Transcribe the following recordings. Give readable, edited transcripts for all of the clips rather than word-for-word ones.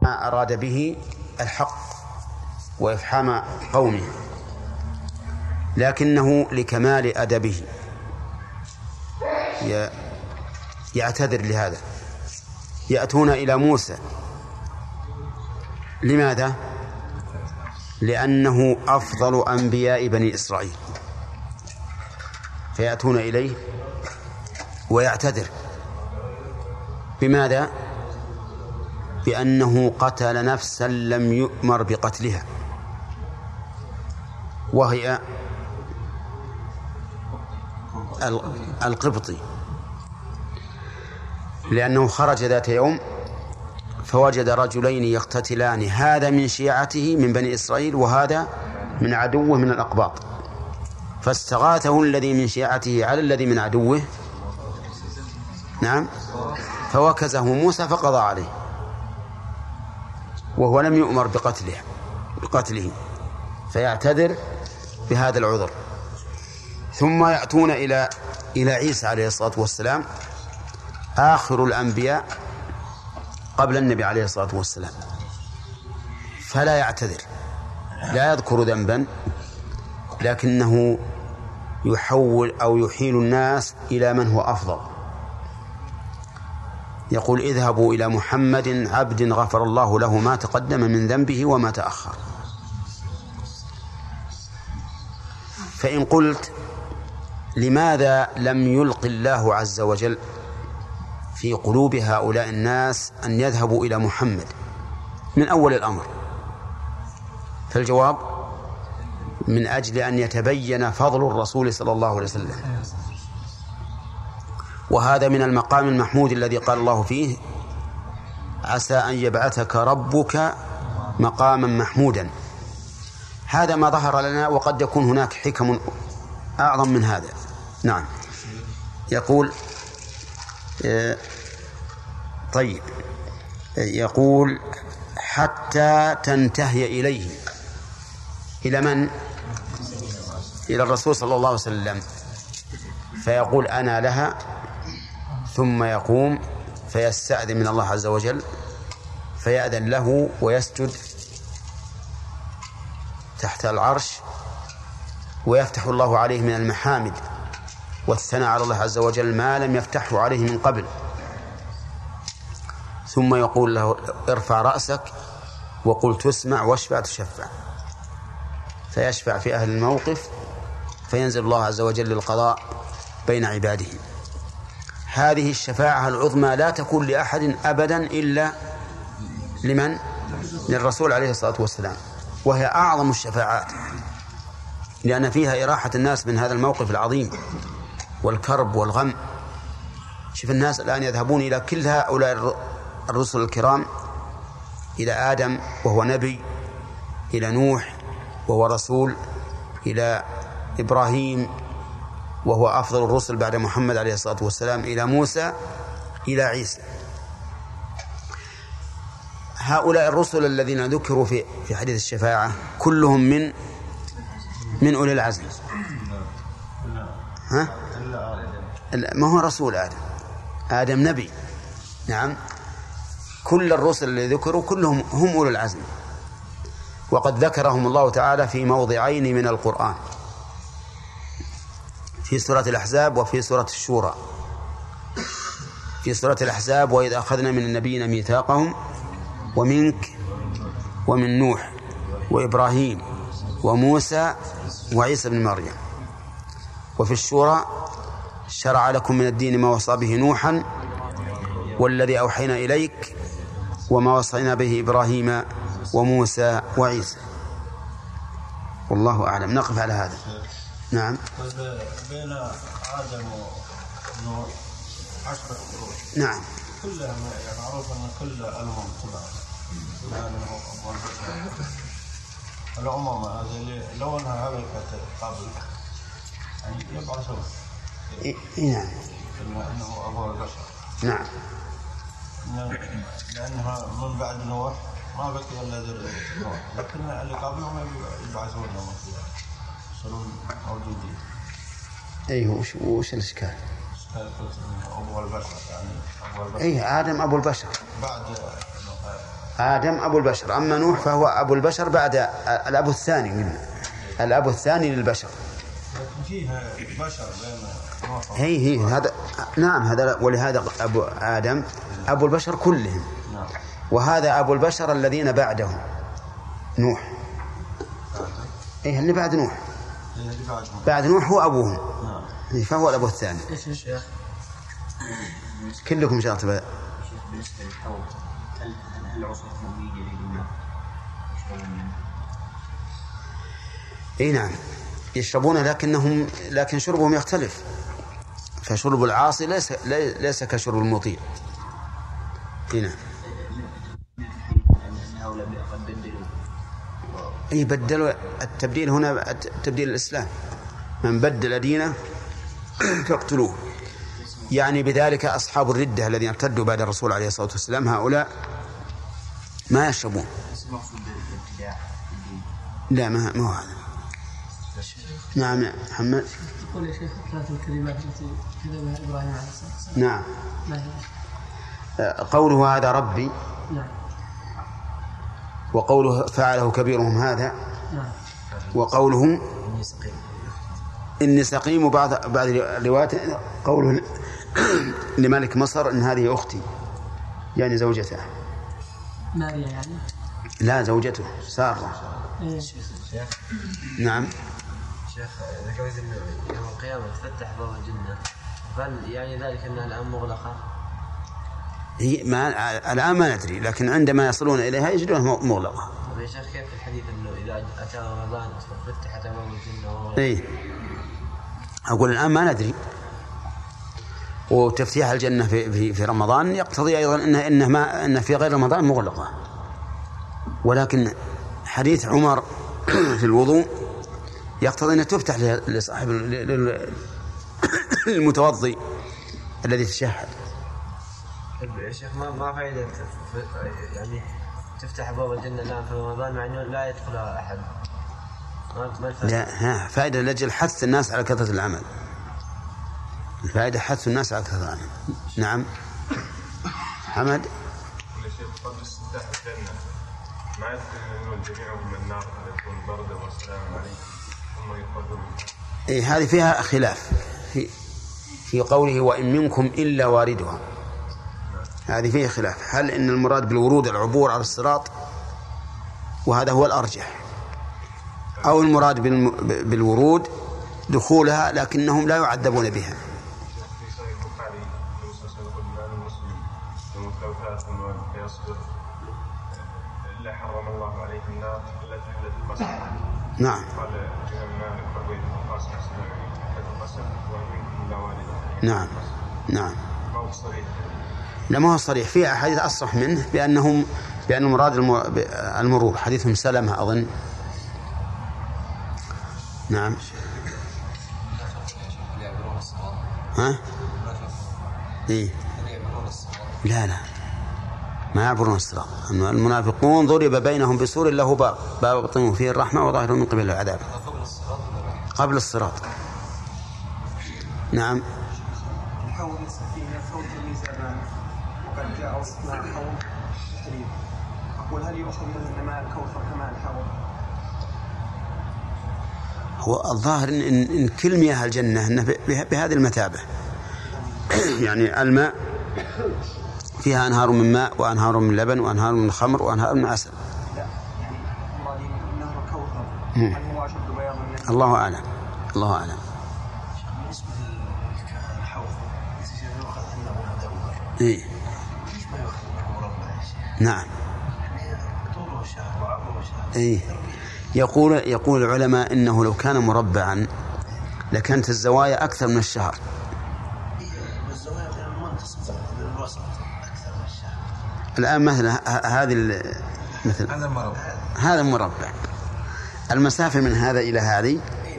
ما أراد به الحق وإفحام قومه، لكنه لكمال أدبه يعتذر لهذا. يأتون إلى موسى، لماذا؟ لأنه أفضل أنبياء بني إسرائيل، فيأتون إليه ويعتذر. بماذا؟ بأنه قتل نفسا لم يؤمر بقتلها، وهي القبطي، لأنه خرج ذات يوم فوجد رجلين يقتتلان، هذا من شيعته من بني إسرائيل وهذا من عدوه من الأقباط، فاستغاثه الذي من شيعته على الذي من عدوه، نعم، فوكزه موسى فقضى عليه وهو لم يؤمر بقتله، فيعتذر بهذا العذر. ثم يأتون إلى عيسى عليه الصلاة والسلام، آخر الأنبياء قبل النبي عليه الصلاة والسلام، فلا يعتذر، لا يذكر ذنبا، لكنه يحول أو يحيل الناس إلى من هو أفضل. يقول: اذهبوا إلى محمد عبد غفر الله له ما تقدم من ذنبه وما تأخر. فإن قلت: لماذا لم يلق الله عز وجل في قلوب هؤلاء الناس أن يذهبوا إلى محمد من أول الأمر؟ فالجواب: من أجل أن يتبين فضل الرسول صلى الله عليه وسلم، وهذا من المقام المحمود الذي قال الله فيه: عسى أن يبعثك ربك مقاما محمودا. هذا ما ظهر لنا، وقد يكون هناك حكم أعظم من هذا. نعم. يقول طيب، يقول: حتى تنتهي إليه. إلى من؟ إلى الرسول صلى الله عليه وسلم، فيقول: أنا لها، ثم يقوم فيستأذن من الله عز وجل فيأذن له ويسجد تحت العرش، ويفتح الله عليه من المحامد والثناء على الله عز وجل ما لم يفتحه عليه من قبل، ثم يقول له: ارفع رأسك وقل تسمع واشفع تشفع، فيشفع في أهل الموقف، فينزل الله عز وجل للقضاء بين عباده. هذه الشفاعة العظمى لا تكون لأحد أبدا إلا لمن؟ للرسول عليه الصلاة والسلام، وهي أعظم الشفاعات، لأن فيها إراحة الناس من هذا الموقف العظيم والكرب والغم. شوف الناس الآن يذهبون إلى كل هؤلاء الرسل الكرام، إلى آدم وهو نبي، إلى نوح وهو رسول، إلى إبراهيم وهو أفضل الرسل بعد محمد عليه الصلاة والسلام، إلى موسى، إلى عيسى. هؤلاء الرسل الذين ذكروا في حديث الشفاعة كلهم من أولي العزم. ها؟ ما هو رسول آدم نبي. نعم، كل الرسل اللي ذكروا كلهم هم أولي العزم، وقد ذكرهم الله تعالى في موضعين من القرآن، في سورة الأحزاب وفي سورة الشورى. في سورة الأحزاب: وإذ أخذنا من النبيين ميثاقهم ومنك ومن نوح وإبراهيم وموسى وعيسى بن مريم. وفي الشورى: شرع لكم من الدين ما وصى به نوحا والذي أوحينا إليك وما وصينا به إبراهيم وموسى وعيسى. والله أعلم. نقف على هذا. نعم. بين آدم ونوح 10 قرون. نعم. كلها معروف أن كل الأمم تبع الأمم هذه لو أنها هلكت قبل يعني يبعثون. نعم. إنه أبو البشر. نعم. لأنها من بعد نوح ما بقي إلا ذرية نوح، لكن اللي قبلهم يبعثون يصيرون موجودين. أيه، وش الإشكال؟ أبو البشر يعني أبو البشر. أيه، آدم أبو البشر. بعد آدم أبو البشر، أما نوح فهو أبو البشر بعد الأب الثاني منه، الأب الثاني للبشر. فيها بشر بين نوح هي هذا نعم، هذا ولهذا أبو آدم أبو البشر كلهم. نعم. وهذا أبو البشر الذين بعده نوح. إيه اللي بعد نوح، بعد نوح هو أبوهم. نعم. فهو الأب الثاني. كلكم شاطر. بالنسبة للحوض هل العصر النبوي يريدون يشربون؟ اي نعم يشربون، لكن شربهم يختلف، فشرب العاصي ليس كشرب المطيع. اي نعم. اي بدلوا، التبديل هنا تبديل الإسلام، من بدل دينه فاقتلوه. يعني بذلك أصحاب الردة الذين ارتدوا بعد الرسول عليه الصلاة والسلام هؤلاء ما يشربون. لا ما هو هذا. نعم يا محمد. يقول يا شيخ 3 الكلمات التي كتبها إبراهيم عليه الصلاة والسلام. نعم. ما هي؟ قوله هذا ربي. نعم. وقوله فعله كبيرهم هذا. نعم. وقوله إني سقيم. بعض الروايات قوله لملك مصر إن هذه أختي، يعني زوجته. ماريا يعني؟ لا زوجته سارة. إيه. نعم. شيخ ذكرت أنه يوم القيامة تفتح باب الجنة، هل يعني ذلك أنها الآن مغلقة؟ الآن ما ندري، لكن عندما يصلون إليها يجدونها مغلقة. طيب يا شيخ كيف الحديث أنه إذا أتى رمضان فتحت باب الجنة وغلقت؟ إيه أقول الآن ما ندري. وتفتيح الجنة في رمضان يقتضي أيضا إن في غير رمضان مغلقة. ولكن حديث عمر في الوضوء يقتضي أن تفتح لصاحب المتوضي الذي تشهد. يا شيخ ما فائدة يعني تفتح باب الجنة الآن في رمضان مع أنه لا يدخلها أحد؟ ما الفائدة؟ لا فائدة لأجل حث الناس على كثرة العمل. الفائدة حث الناس على كثرة العمل. نعم حمد. يا شيخ قبل استفتاح الجنة ما يدخلون جميعهم من النار يكون بردا والسلام عليكم ثم يخرجون. إيه هذه فيها خلاف في قوله وإن منكم إلا واردها. هذه فيها خلاف، هل إن المراد بالورود العبور على الصراط وهذا هو الأرجح، أو المراد بالورود دخولها لكنهم لا يعذبون بها. نعم. نعم نعم. لا ما هو صريح، في أحاديث أصرح منه بأن مراد المرور، حديثهم سلمة أظن. نعم. ها؟ إيه؟ لا ما يعبرون الصراط. المنافقون ضرب بينهم بسور له باب باطنه فيه الرحمة وظاهره من قبل العذاب. قبل الصراط. نعم. الحوض السفينة فوق الميزان وقد جاء وصفنا الحوض تحريم. أقول هل يؤخذ من ماء الكوثر كماء الحوض؟ هو الظاهر إن كل مياه الجنة إنه بهذه المثابة. يعني الماء فيها أنهار من ماء وأنهار من لبن وأنهار من خمر وأنهار من عسل. لا يعني مرادي نهر الكوثر هل هو أشد بياضا منه؟ الله أعلم. الله أعلم. بالنسبة للحوض يؤخذ أنه مدور. إيه. ليش ما يؤخذ أنه مربع يا شيخ؟ نعم. يعني طوله شهر وعرضه شهر. إيه. يقول العلماء إنه لو كان مربعا لكانت الزوايا أكثر من الشهر. والزوايا من المنتصف للوسط أكثر من الشهر. الآن مثلا مثل هذا مربع، المسافة من هذا إلى هذه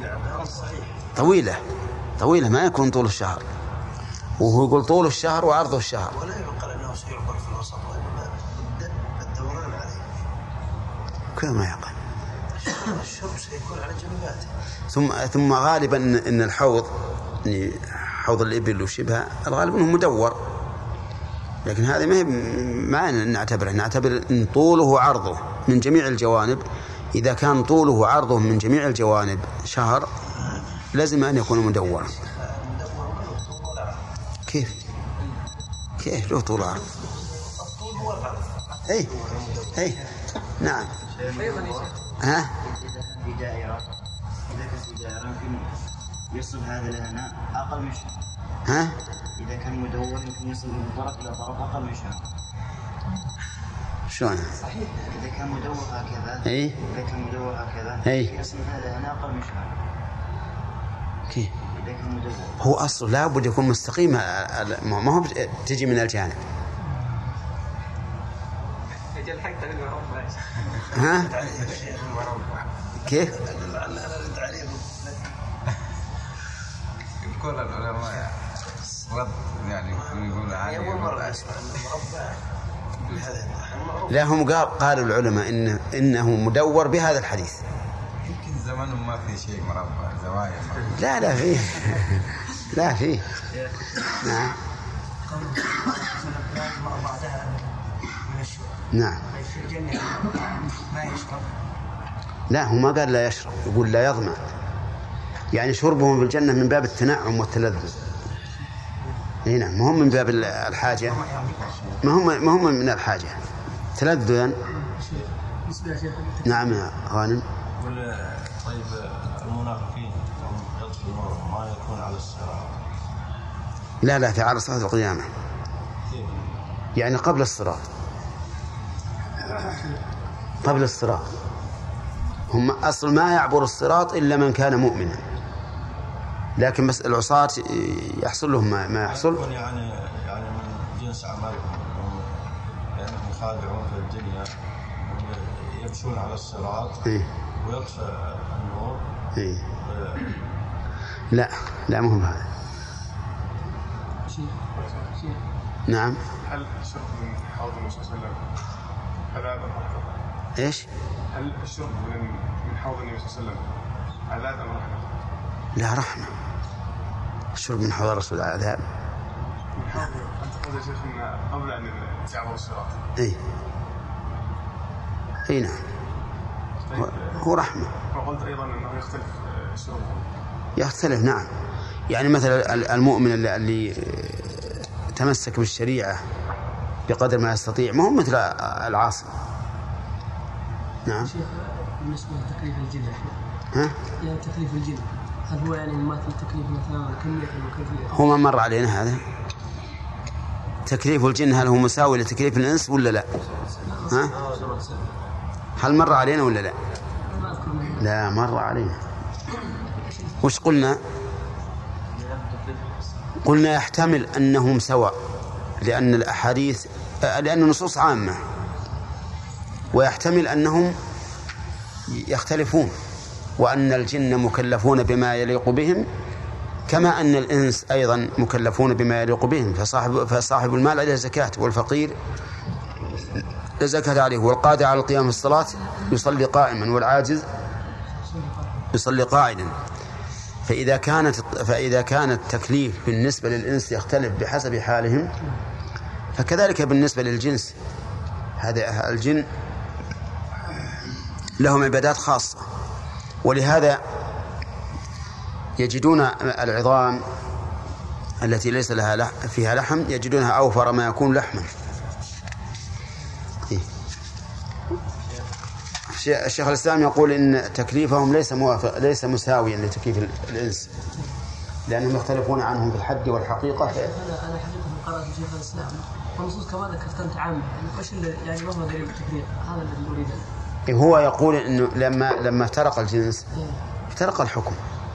طويلة ما يكون طول الشهر، وهو يقول طول الشهر وعرضه الشهر. ولا يقال أنه سيعبر في الوسط وإنما الدوران عليه. كيف ما يقال؟ الشرب سيكون على جنباته. ثم غالبا إن الحوض، يعني حوض الإبل وشبهه، الغالب أنه مدور لكن هذه ما نعتبره، نعتبر إن طوله عرضه من جميع الجوانب. إذا كان طوله عرضه من جميع الجوانب شهر لازم أن يكون مدورا. كيف له طول عرض؟ أي نعم. ها؟ في دائرة، إذا كان في دائرة يمكن يصل هذا لهنا أقل من شهر. ها؟ إذا كان مدور يمكن يصل من طرف إلى طرف أقل من شهر. شلون؟ صحيح. إذا كان مدور هكذا. إذا كان مدور هكذا. يصل هذا هنا أقل من شهر. كيف؟ إذا كان مدور. هو أصله لابد يكون مستقيم، ما هو تجي من الجانب. ها؟ كيف؟ يقول العلماء رد يعني يقول لا، هم قالوا العلماء إنه مدور بهذا الحديث. يمكن زمانه ما في شيء مربع زوايا. لا فيه. لا فيه. نعم. نعم. لا، هو ما قال لا يشرب، يقول لا يظمأ. يعني شربهم في الجنة من باب التنعم والتلذذ. هنا ما هم من باب الحاجة، ما هم من الحاجة، تلذذا. نعم يا غانم. طيب المنافقين يطفي النور ما يكون على الصراط؟ لا في على صلاة القيامة، يعني قبل الصراط. قبل الصراط هم أصل ما يعبر الصراط إلا من كان مؤمنا، لكن بس العصاة يحصل لهم ما يحصل. يعني من جنس أعمالهم، يعني يخادعون في الدنيا يمشون على الصراط ويطفئ النور. لا مو هذا. نعم. هل الشرب من حوض النبي صلى الله عليه وسلم عذاب؟ ايش؟ هل الشرب من حوض النبي صلى الله عليه وسلم عذاب أم رحمة؟ لا، رحمة. الشرب من حوض الرسول عذاب. من حوض أنت قلت يا شيخ إن قبل أن تعبر الصراط. اي نعم. هو رحمة. وقلت أيضا أنه يختلف الشرب. يختلف، نعم. يعني مثلا المؤمن اللي تمسك بالشريعة بقدر ما يستطيع ما هو مثل العاصي. نعم. بالنسبة لتكليف الجن، ها؟ يعني تكليف الجن هل هو يعني مثل تكليف مثلا كمية وكيفية؟ هو ما مر علينا هذا. تكليف الجن هل هو مساوي لتكليف الإنس ولا لا؟ ها؟ هل مر علينا ولا لا؟ لا، مر علينا. وش قلنا؟ قلنا يحتمل أنهم سواء، لأن الأحاديث لأن النصوص عامة، ويحتمل أنهم يختلفون، وأن الجن مكلفون بما يليق بهم كما أن الإنس أيضا مكلفون بما يليق بهم. فصاحب المال عليه زكاة، والفقير لا زكاة عليه، والقادر على القيام في الصلاة يصلي قائما، والعاجز يصلي قاعدا. فإذا كان التكليف بالنسبة للإنس يختلف بحسب حالهم، فكذلك بالنسبة للجنس. هذا الجن لهم عبادات خاصة، ولهذا يجدون العظام التي ليس لها فيها لحم يجدونها أوفر ما يكون لحما. الشيخ الإسلام يقول إن تكليفهم ليس مساويا لتكليف الإنس، لأنهم يختلفون عنهم في الحد والحقيقة. أنا حقيقة قرأت الشيخ الإسلام والنصوص كما ذكرت أنت عامة، يعني ما هو دليل التكليف، هذا الذي نريده. هو يقول إنه لما افترق الجنس افترق الحكم.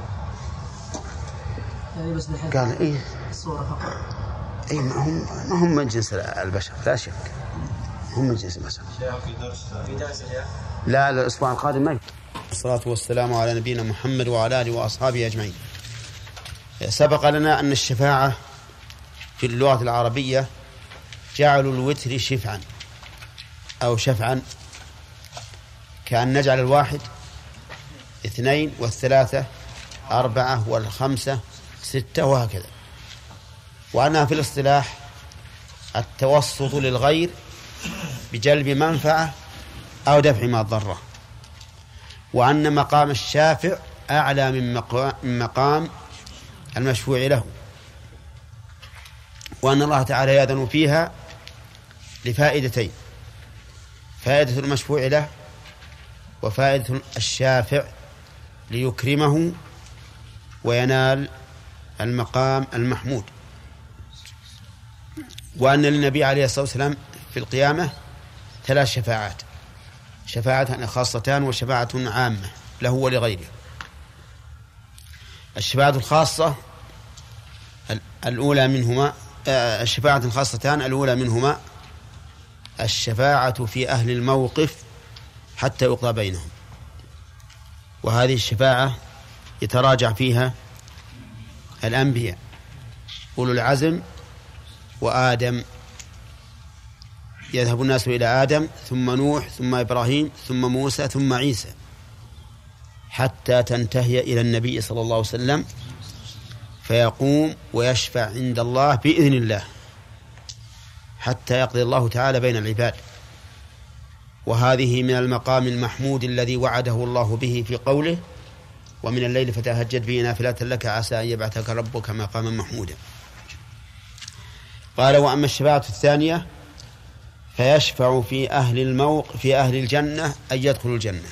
يعني بس قال الصورة فقط. ما هم من جنس البشر، لا شك هم من جنس البشر. في درس لا، الأسبوع القادم ما. الصلاة والسلام على نبينا محمد وعلى آله وأصحابه أجمعين. سبق لنا أن الشفاعة في اللغة العربية جعلوا الوتر شفعا أو شفعا، كأن نجعل الواحد 2 والثلاثة 4 والخمسة 6 وهكذا. وأنها في الاصطلاح التوسط للغير بجلب منفعة أو دفع مضرة، وأن مقام الشافع أعلى من مقام المشفوع له، وأن الله تعالى يأذن فيها لفائدتين: فائدة المشفوع له، وفائدة الشافع ليكرمه وينال المقام المحمود. وأن للنبي عليه الصلاة والسلام في القيامة 3 شفاعات: شفاعة خاصتان وشفاعة عامة له ولغيره. الشفاعة الخاصة الأولى منهما الشفاعة الخاصتان الأولى منهما الشفاعة في أهل الموقف حتى يقضى بينهم، وهذه الشفاعة يتراجع فيها الأنبياء أولو العزم وآدم، يذهب الناس إلى آدم ثم نوح ثم إبراهيم ثم موسى ثم عيسى حتى تنتهي إلى النبي صلى الله عليه وسلم، فيقوم ويشفع عند الله بإذن الله حتى يقضي الله تعالى بين العباد. وهذه من المقام المحمود الذي وعده الله به في قوله: ومن الليل فتهجد به نافلة لك عسى أن يبعثك ربك مقاما محمودا. قال: وأما الشفاعة الثانية فيشفع في أهل الجنة أن يدخلوا الجنة،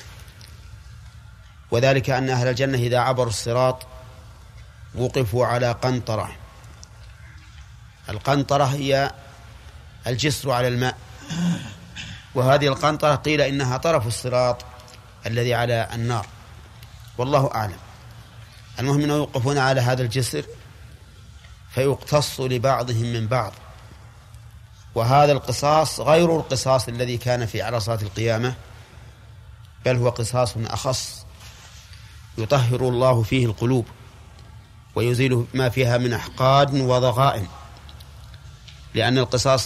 وذلك أن أهل الجنة إذا عبروا الصراط وقفوا على قنطرة. القنطرة هي الجسر على الماء، وهذه القنطرة قيل إنها طرف الصراط الذي على النار، والله أعلم. المهم أنه يوقفون على هذا الجسر فيقتص لبعضهم من بعض، وهذا القصاص غير القصاص الذي كان في عرصات القيامة، بل هو قصاص أخص يطهر الله فيه القلوب ويزيل ما فيها من أحقاد وضغائن. لأن القصاص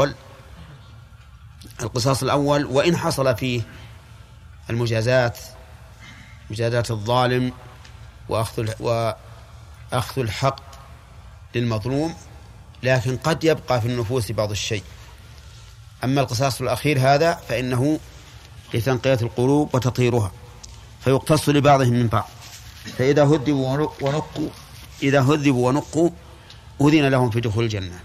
الأول وإن حصل فيه المجازات، مجازات الظالم وأخذ الحق للمظلوم، لكن قد يبقى في النفوس بعض الشيء. أما القصاص الأخير هذا فإنه لتنقية القلوب وتطهيرها، فيقتص لبعضهم من بعض. فإذا هذبوا ونقوا أذن لهم في دخول الجنة.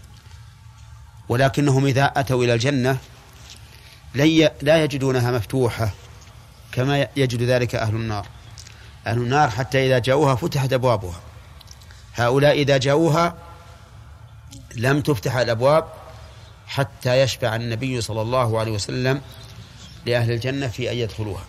ولكنهم إذا أتوا إلى الجنة لا يجدونها مفتوحة كما يجد ذلك أهل النار. أهل النار حتى إذا جاءوها فتحت أبوابها، هؤلاء إذا جاءوها لم تفتح الأبواب حتى يشفع النبي صلى الله عليه وسلم لأهل الجنة في أن يدخلوها،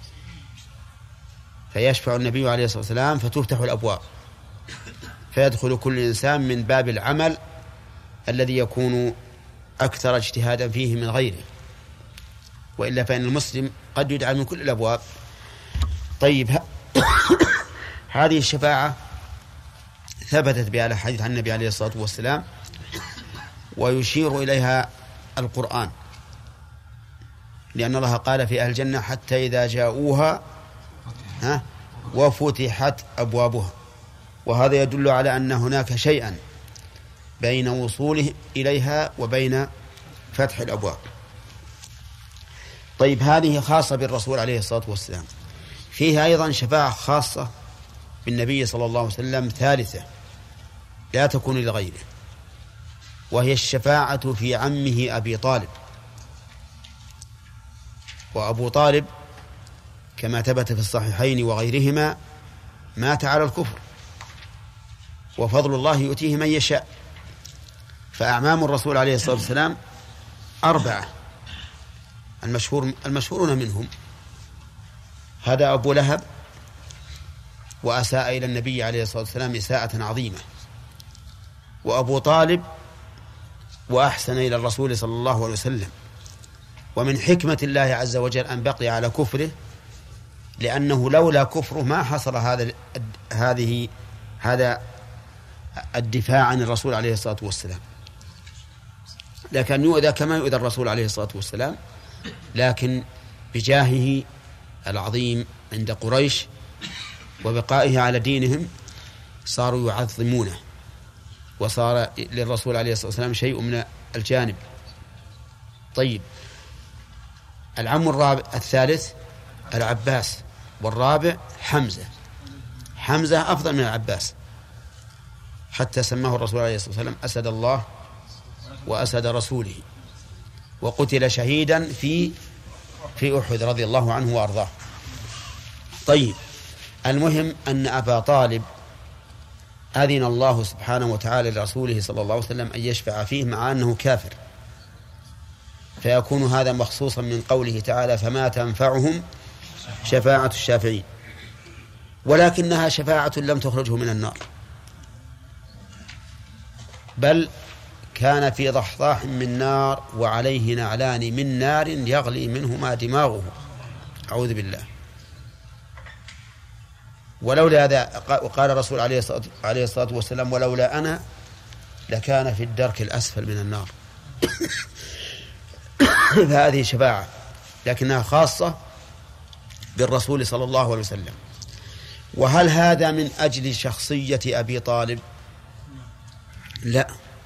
فيشفع النبي عليه الصلاة والسلام فتفتح الأبواب، فيدخل كل إنسان من باب العمل الذي يكون أكثر اجتهادا فيه من غيره، وإلا فإن المسلم قد يدعى من كل الأبواب. طيب، هذه الشفاعة ثبتت بها الحديث عن النبي عليه الصلاة والسلام، ويشير إليها القرآن، لأن الله قال في أهل الجنة: حتى إذا جاءوها وفتحت أبوابها. وهذا يدل على أن هناك شيئا بين وصوله إليها وبين فتح الأبواب. طيب، هذه خاصة بالرسول عليه الصلاة والسلام. فيها أيضا شفاعة خاصة بالنبي صلى الله عليه وسلم ثالثة لا تكون لغيره، وهي الشفاعة في عمه أبي طالب. وأبو طالب كما ثبت في الصحيحين وغيرهما مات على الكفر، وفضل الله يؤتيه من يشاء. فأعمام الرسول عليه الصلاة والسلام 4، المشهورون منهم: هذا أبو لهب، وأساء إلى النبي عليه الصلاة والسلام إساءة عظيمة، وأبو طالب، وأحسن إلى الرسول صلى الله عليه وسلم. ومن حكمة الله عز وجل أن بقي على كفره، لأنه لولا كفره ما حصل هذا الدفاع عن الرسول عليه الصلاة والسلام. لكن يؤذى كما يؤذى الرسول عليه الصلاة والسلام، لكن بجاهه العظيم عند قريش وبقائه على دينهم صاروا يعظمونه، وصار للرسول عليه الصلاة والسلام شيء الجانب. طيب، العم الرابع الثالث العباس، والرابع حمزة. حمزة أفضل من العباس، حتى سماه الرسول عليه الصلاة والسلام أسد الله وأسد رسوله، وقتل شهيدا في أحد رضي الله عنه وأرضاه. طيب، المهم أن أبا طالب أذن الله سبحانه وتعالى لرسوله صلى الله عليه وسلم أن يشفع فيه مع أنه كافر، فيكون هذا مخصوصا من قوله تعالى فما تنفعهم شفاعة الشافعين، ولكنها شفاعة لم تخرجه من النار، بل كان في ضحضاح من نار وعليه نعلان من نار يغلي منهما دماغه، أعوذ بالله. ولولا هذا قال الرسول عليه الصلاة والسلام ولولا أنا لكان في الدرك الأسفل من النار. فهذه شفاعة لكنها خاصة بالرسول صلى الله عليه وسلم. وهل هذا من أجل شخصية أبي طالب؟ لا،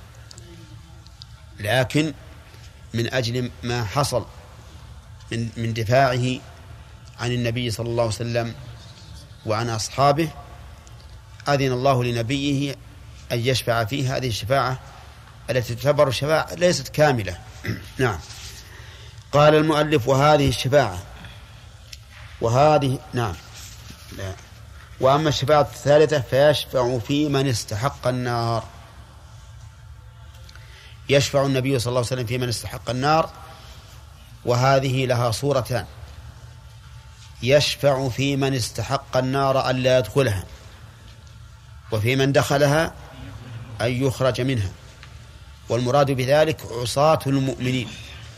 لكن من أجل ما حصل من دفاعه عن النبي صلى الله عليه وسلم وعن أصحابه، أذن الله لنبيه أن يشفع فيه هذه الشفاعة التي تعتبر شفاعة ليست كاملة. نعم. قال المؤلف وهذه الشفاعة لا. وأما الشفاعة الثالثة فيشفع في من استحق النار. يشفع النبي صلى الله عليه وسلم في من استحق النار، وهذه لها صورتان: يشفع في من استحق النار ألا يدخلها، وفي من دخلها أن يخرج منها. والمراد بذلك عصاة المؤمنين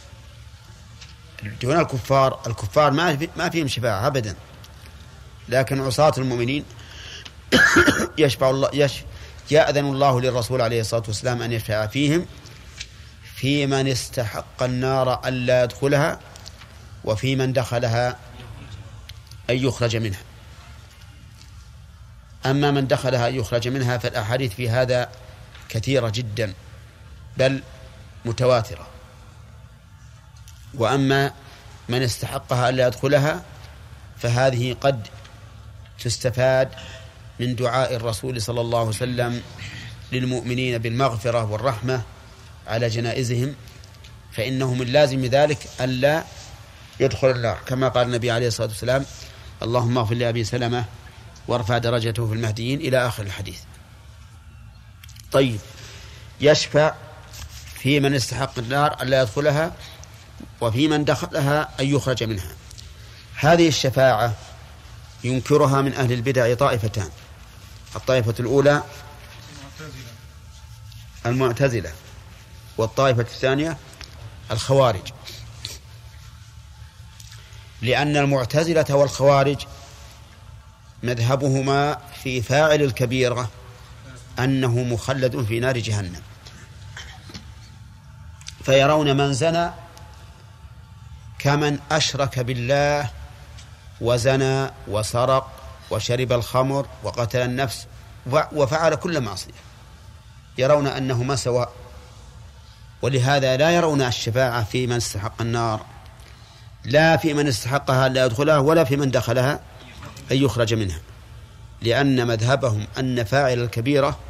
دون الكفار. الكفار ما فيهم شفاعة أبدا، لكن عصاة المؤمنين يشفع الله يأذن الله للرسول عليه الصلاة والسلام أن يشفع فيهم في من استحق النار ألا يدخلها، وفي من دخلها أن يخرج منها. أما من دخلها أن يخرج منها فالأحاديث في هذا كثيرة جدا بل متواترة. وأما من استحقها ألا يدخلها فهذه قد تستفاد من دعاء الرسول صلى الله عليه وسلم للمؤمنين بالمغفرة والرحمة على جنائزهم، فإنه من لازم ذلك ألا يدخل النار، كما قال النبي عليه الصلاة والسلام اللهم اغفر لأبي سلمة وارفع درجته في المهديين إلى آخر الحديث. طيب، يشفع في من استحق النار ألا يدخلها، وفي من دخلها أن يخرج منها. هذه الشفاعة ينكرها من أهل البدع طائفتان: الطائفة الأولى المعتزلة، والطائفة الثانية الخوارج. لأن المعتزلة والخوارج مذهبهما في فاعل الكبيرة أنه مخلد في نار جهنم، فيرون من زنى كمن أشرك بالله وزنى وسرق وشرب الخمر وقتل النفس وفعل كل معصية، يرون أنهما سواء. ولهذا لا يرون الشفاعة في من استحق النار، لا في من استحقها لا يدخلها، ولا في من دخلها أن يخرج منها، لأن مذهبهم أن فاعل الكبيرة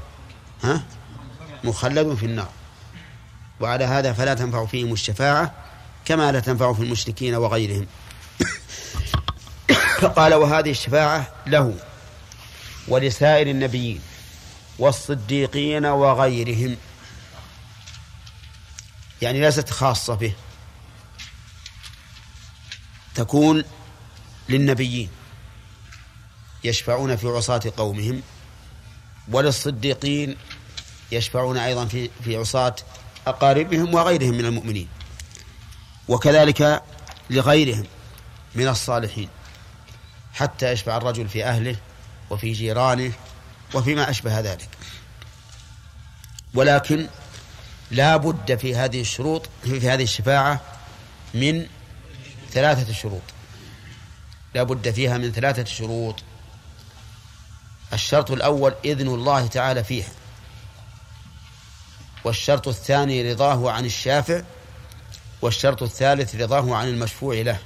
مخلد في النار، وعلى هذا فلا تنفع فيهم الشفاعة كما لا تنفع في المشركين وغيرهم. فقال وهذه الشفاعة له ولسائر النبيين والصديقين وغيرهم، يعني ليست خاصة به، تكون للنبيين يشفعون في عصاة قومهم، وللصديقين يشفعون أيضا في عصاة أقاربهم وغيرهم من المؤمنين، وكذلك لغيرهم من الصالحين، حتى يشفع الرجل في أهله وفي جيرانه وفيما أشبه ذلك. ولكن لا بد في هذه الشروط في هذه الشفاعة من 3 شروط، لا بد فيها من 3 شروط. الشرط الأول إذن الله تعالى فيها، والشرط الثاني رضاه عن الشافع، والشرط الثالث رضاه عن المشفوع له.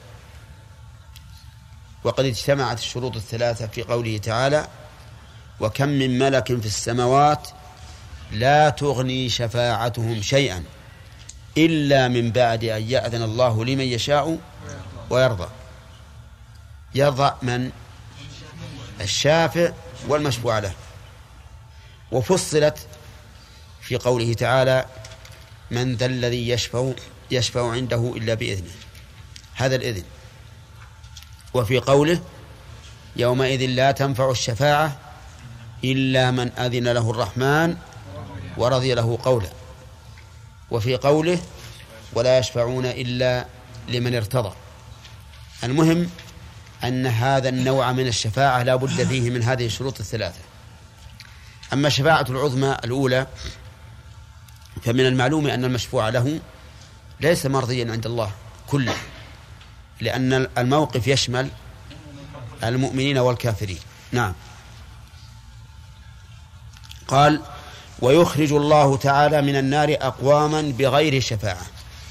وقد اجتمعت الشروط الثلاثة في قوله تعالى: وكم من ملك في السماوات لا تغني شفاعتهم شيئا إلا من بعد أن يأذن الله لمن يشاء ويرضى. يرضى من؟ الشافع والمشفوع له. وفصلت في قوله تعالى: من ذا الذي يشفع عنده إلا بإذنه، هذا الإذن. وفي قوله: يومئذ لا تنفع الشفاعة إلا من أذن له الرحمن ورضي له قولا. وفي قوله: ولا يشفعون إلا لمن ارتضى. المهم أن هذا النوع من الشفاعة لا بد فيه من هذه الشروط الثلاثة. أما الشفاعة العظمى الأولى فمن المعلوم أن المشفوع له ليس مرضيا عند الله كله، لأن الموقف يشمل المؤمنين والكافرين. نعم. قال: ويخرج الله تعالى من النار أقواما بغير شفاعة،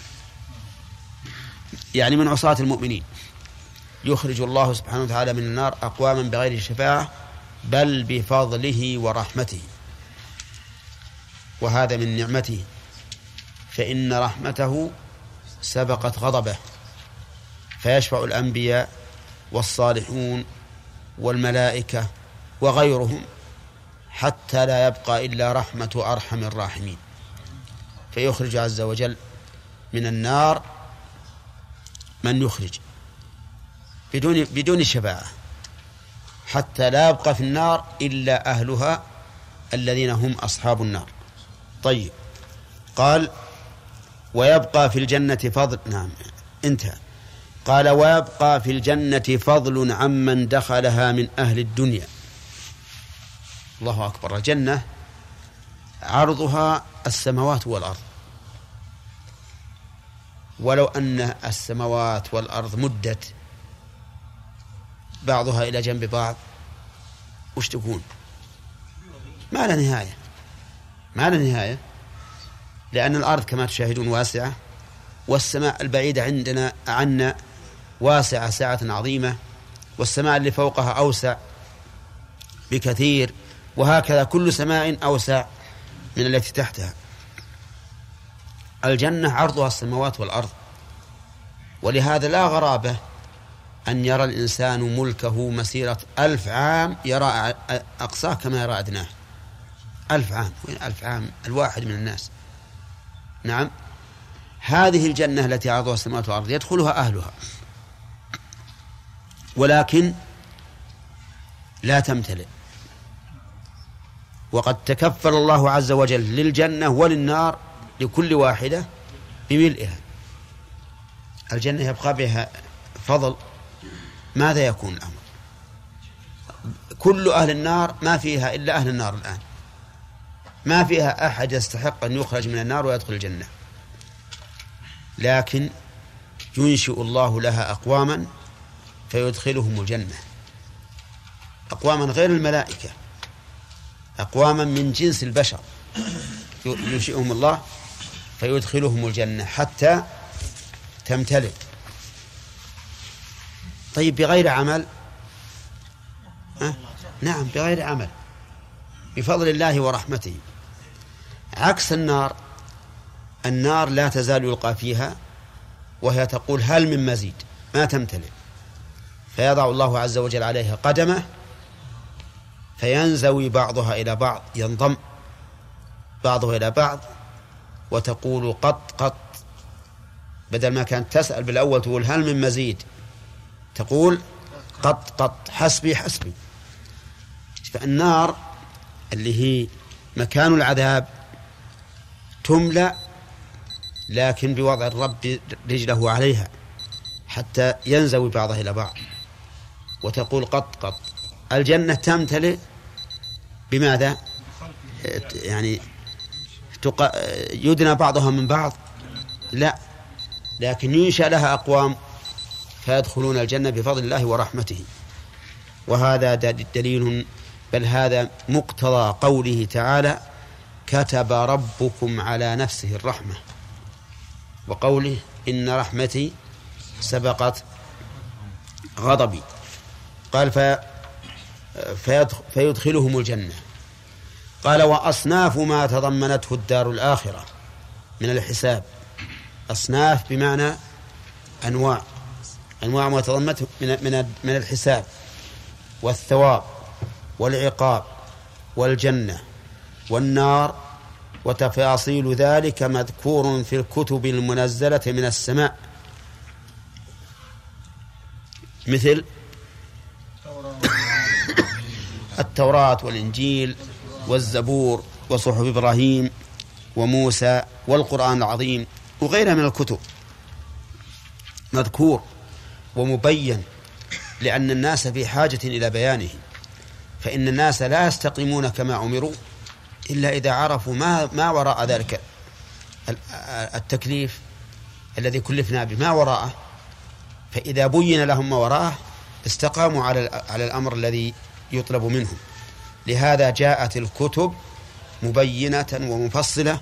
يعني من عصاة المؤمنين. يخرج الله سبحانه وتعالى من النار أقواما بغير شفاعة بل بفضله ورحمته، وهذا من نعمته، فإن رحمته سبقت غضبه، فيشفع الأنبياء والصالحون والملائكة وغيرهم حتى لا يبقى إلا رحمة أرحم الراحمين، فيخرج عز وجل من النار من يخرج بدون شفاعة، حتى لا يبقى في النار إلا أهلها الذين هم أصحاب النار. طيب، قال: ويبقى في الجنة فضل. نعم، انتهى. قال: ويبقى في الجنة فضل عمن دخلها من أهل الدنيا. الله أكبر. الجنة عرضها السماوات والأرض، ولو أن السماوات والأرض مدت بعضها إلى جنب بعض وش تكون؟ ما لا نهاية، ما لا نهاية، لأن الأرض كما تشاهدون واسعة، والسماء البعيدة عنا واسعة سعة عظيمة، والسماء اللي فوقها أوسع بكثير، وهكذا كل سماء أوسع من التي تحتها. الجنة عرضها السماوات والأرض، ولهذا لا غرابة أن يرى الإنسان ملكه مسيرة 1000 عام، يرى أقصاه كما يرى أدناه. 1000 عام، وين 1000 عام الواحد من الناس؟ نعم. هذه الجنة التي عرضها السماوات والأرض يدخلها أهلها، ولكن لا تمتلئ، وقد تكفل الله عز وجل للجنة وللنار لكل واحدة بملئها. الجنة يبقى بها فضل، ماذا يكون الأمر؟ كل أهل النار ما فيها إلا أهل النار الآن، ما فيها أحد يستحق أن يخرج من النار ويدخل الجنة، لكن ينشئ الله لها أقواما فيدخلهم الجنة، أقواما غير الملائكة، أقواما من جنس البشر ينشئهم الله فيدخلهم الجنة حتى تمتلئ. طيب، بغير عمل؟ نعم، بغير عمل، بفضل الله ورحمته. عكس النار، النار لا تزال يلقى فيها وهي تقول هل من مزيد، ما تمتلئ، فيضع الله عز وجل عليها قدمه فينزوي بعضها إلى بعض، ينضم بعضها إلى بعض، وتقول قط قط، بدل ما كانت تسأل بالأول تقول هل من مزيد، تقول قط قط، حسبي حسبي. فالنار اللي هي مكان العذاب تملأ، لكن بوضع الرب رجله عليها حتى ينزوي بعضها إلى بعض، وتقول قط قط. الجنة تمتلئ بماذا؟ يعني يدنى بعضها من بعض؟ لا، لكن ينشأ لها أقوام فيدخلون الجنة بفضل الله ورحمته. وهذا دليل، بل هذا مقتضى قوله تعالى: كتب ربكم على نفسه الرحمة، وقوله إن رحمتي سبقت غضبي، قال فيدخلهم الجنة. قال وأصناف ما تضمنته الدار الآخرة من الحساب. أصناف بمعنى أنواع ما تضمنته من الحساب والثواب والعقاب والجنة والنار، وتفاصيل ذلك مذكور في الكتب المنزلة من السماء، مثل التوراة والإنجيل والزبور وصحف إبراهيم وموسى والقرآن العظيم وغيرها من الكتب، مذكور ومبين، لأن الناس في حاجة إلى بيانه، فإن الناس لا يستقيمون كما أمروا إلا إذا عرفوا ما وراء ذلك التكليف الذي كلفنا به، ما وراءه، فإذا بين لهم ما وراءه استقاموا على الأمر الذي يطلب منهم. لهذا جاءت الكتب مبينة ومفصلة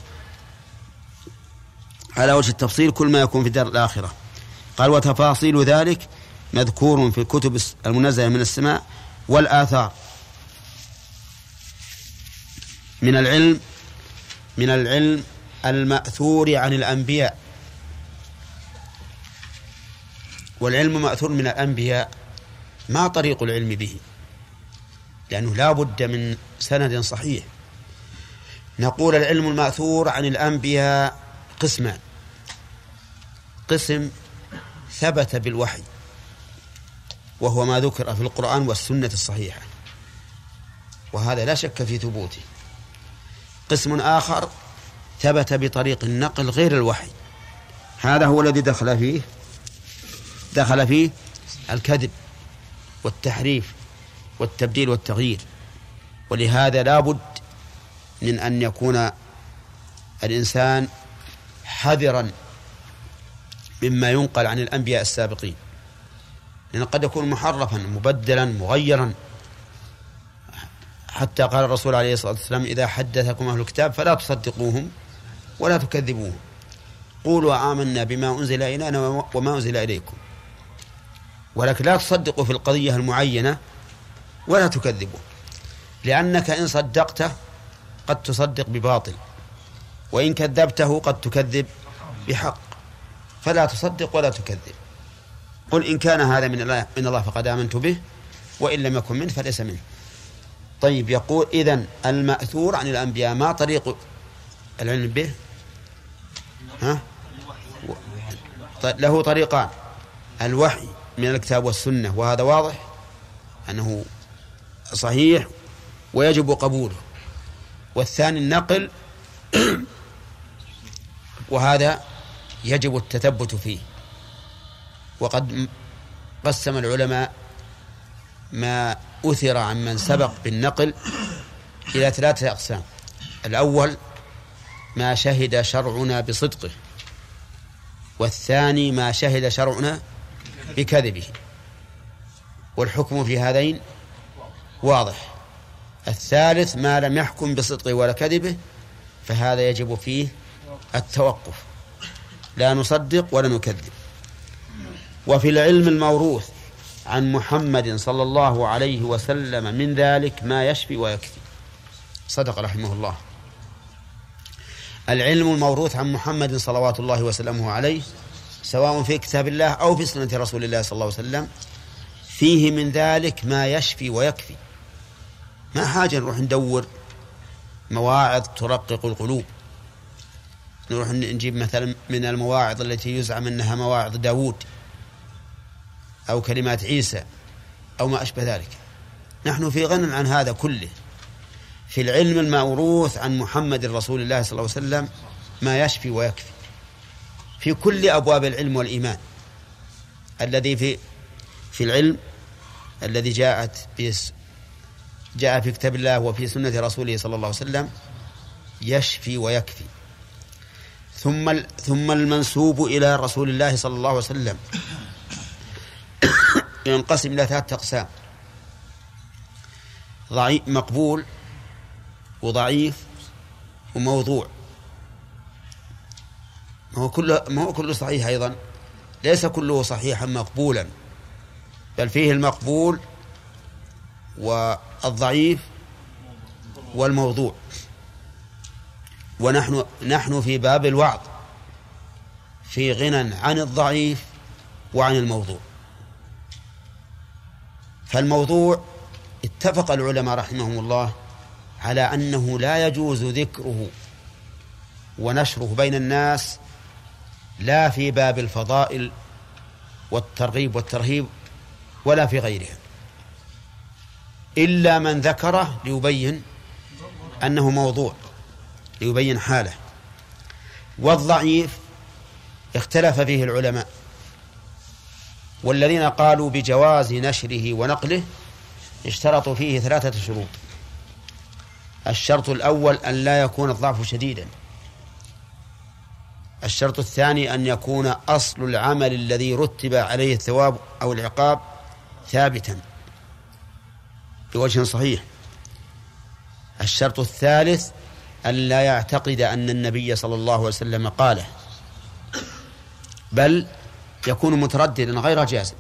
على وجه التفصيل كل ما يكون في الدار الآخرة. قال وتفاصيل ذلك مذكور في الكتب المنزلة من السماء والآثار من العلم المأثور عن الأنبياء. والعلم مأثور من الأنبياء، ما طريق العلم به؟ لأنه لا بد من سند صحيح. نقول العلم المأثور عن الأنبياء قسمان: قسم ثبت بالوحي وهو ما ذكر في القرآن والسنة الصحيحة، وهذا لا شك في ثبوته. قسم آخر ثبت بطريق النقل غير الوحي، هذا هو الذي دخل فيه الكذب والتحريف والتبديل والتغيير. ولهذا لا بد من أن يكون الإنسان حذرا مما ينقل عن الأنبياء السابقين، لأن قد يكون محرفا مبدلا مغيرا. حتى قال الرسول عليه الصلاة والسلام إذا حدثكم أهل الكتاب فلا تصدقوهم ولا تكذبوهم، قولوا آمنا بما أنزل إلينا وما أنزل إليكم، ولكن لا تصدقوا في القضية المعينة ولا تكذبوا، لأنك إن صدقته قد تصدق بباطل، وإن كذبته قد تكذب بحق، فلا تصدق ولا تكذب. قل إن كان هذا من الله فقد آمنت به، وإن لم يكن منه فليس منه. طيب، يقول إذن المأثور عن الأنبياء ما طريق العلم به؟ له طريقان: الوحي من الكتاب والسنة، وهذا واضح أنه صحيح ويجب قبوله، والثاني النقل وهذا يجب التثبت فيه. وقد قسم العلماء ما أثر عن من سبق بالنقل إلى 3 أقسام: الأول ما شهد شرعنا بصدقه، والثاني ما شهد شرعنا بكذبه، والحكم في هذين واضح. الثالث ما لم يحكم بصدقه ولا كذبه، فهذا يجب فيه التوقف، لا نصدق ولا نكذب. وفي العلم الموروث عن محمد صلى الله عليه وسلم من ذلك ما يشفي ويكفي. صدق رحمه الله. العلم الموروث عن محمد صلوات الله وسلامه عليه، سواء في كتاب الله أو في سنة رسول الله صلى الله عليه وسلم، فيه من ذلك ما يشفي ويكفي. ما حاجة نروح ندور مواعظ ترقق القلوب، نروح نجيب مثلا من المواعظ التي يزعم أنها مواعظ داود أو كلمات عيسى أو ما أشبه ذلك. نحن في غنى عن هذا كله. في العلم الموروث عن محمد رسول الله صلى الله عليه وسلم ما يشفي ويكفي في كل أبواب العلم والإيمان. الذي في العلم الذي جاء في كتاب الله وفي سنة رسوله صلى الله عليه وسلم يشفي ويكفي. ثم المنسوب إلى رسول الله صلى الله عليه وسلم ينقسم إلى 3 أقسام: مقبول وضعيف وموضوع. ما هو كله صحيح أيضا، ليس كله صحيحا مقبولا، بل فيه المقبول والضعيف والموضوع. ونحن في باب الوعظ في غنى عن الضعيف وعن الموضوع. فالموضوع اتفق العلماء رحمهم الله على أنه لا يجوز ذكره ونشره بين الناس، لا في باب الفضائل والترغيب والترهيب ولا في غيرها، إلا من ذكره ليبين أنه موضوع، ليبين حاله. والضعيف اختلف فيه العلماء، والذين قالوا بجواز نشره ونقله اشترطوا فيه 3 شروط. الشرط الأول أن لا يكون الضعف شديدا. الشرط الثاني أن يكون أصل العمل الذي رتب عليه الثواب أو العقاب ثابتا بوجه صحيح. الشرط الثالث أن لا يعتقد أن النبي صلى الله عليه وسلم قاله، بل يكون مترددا غير جازم.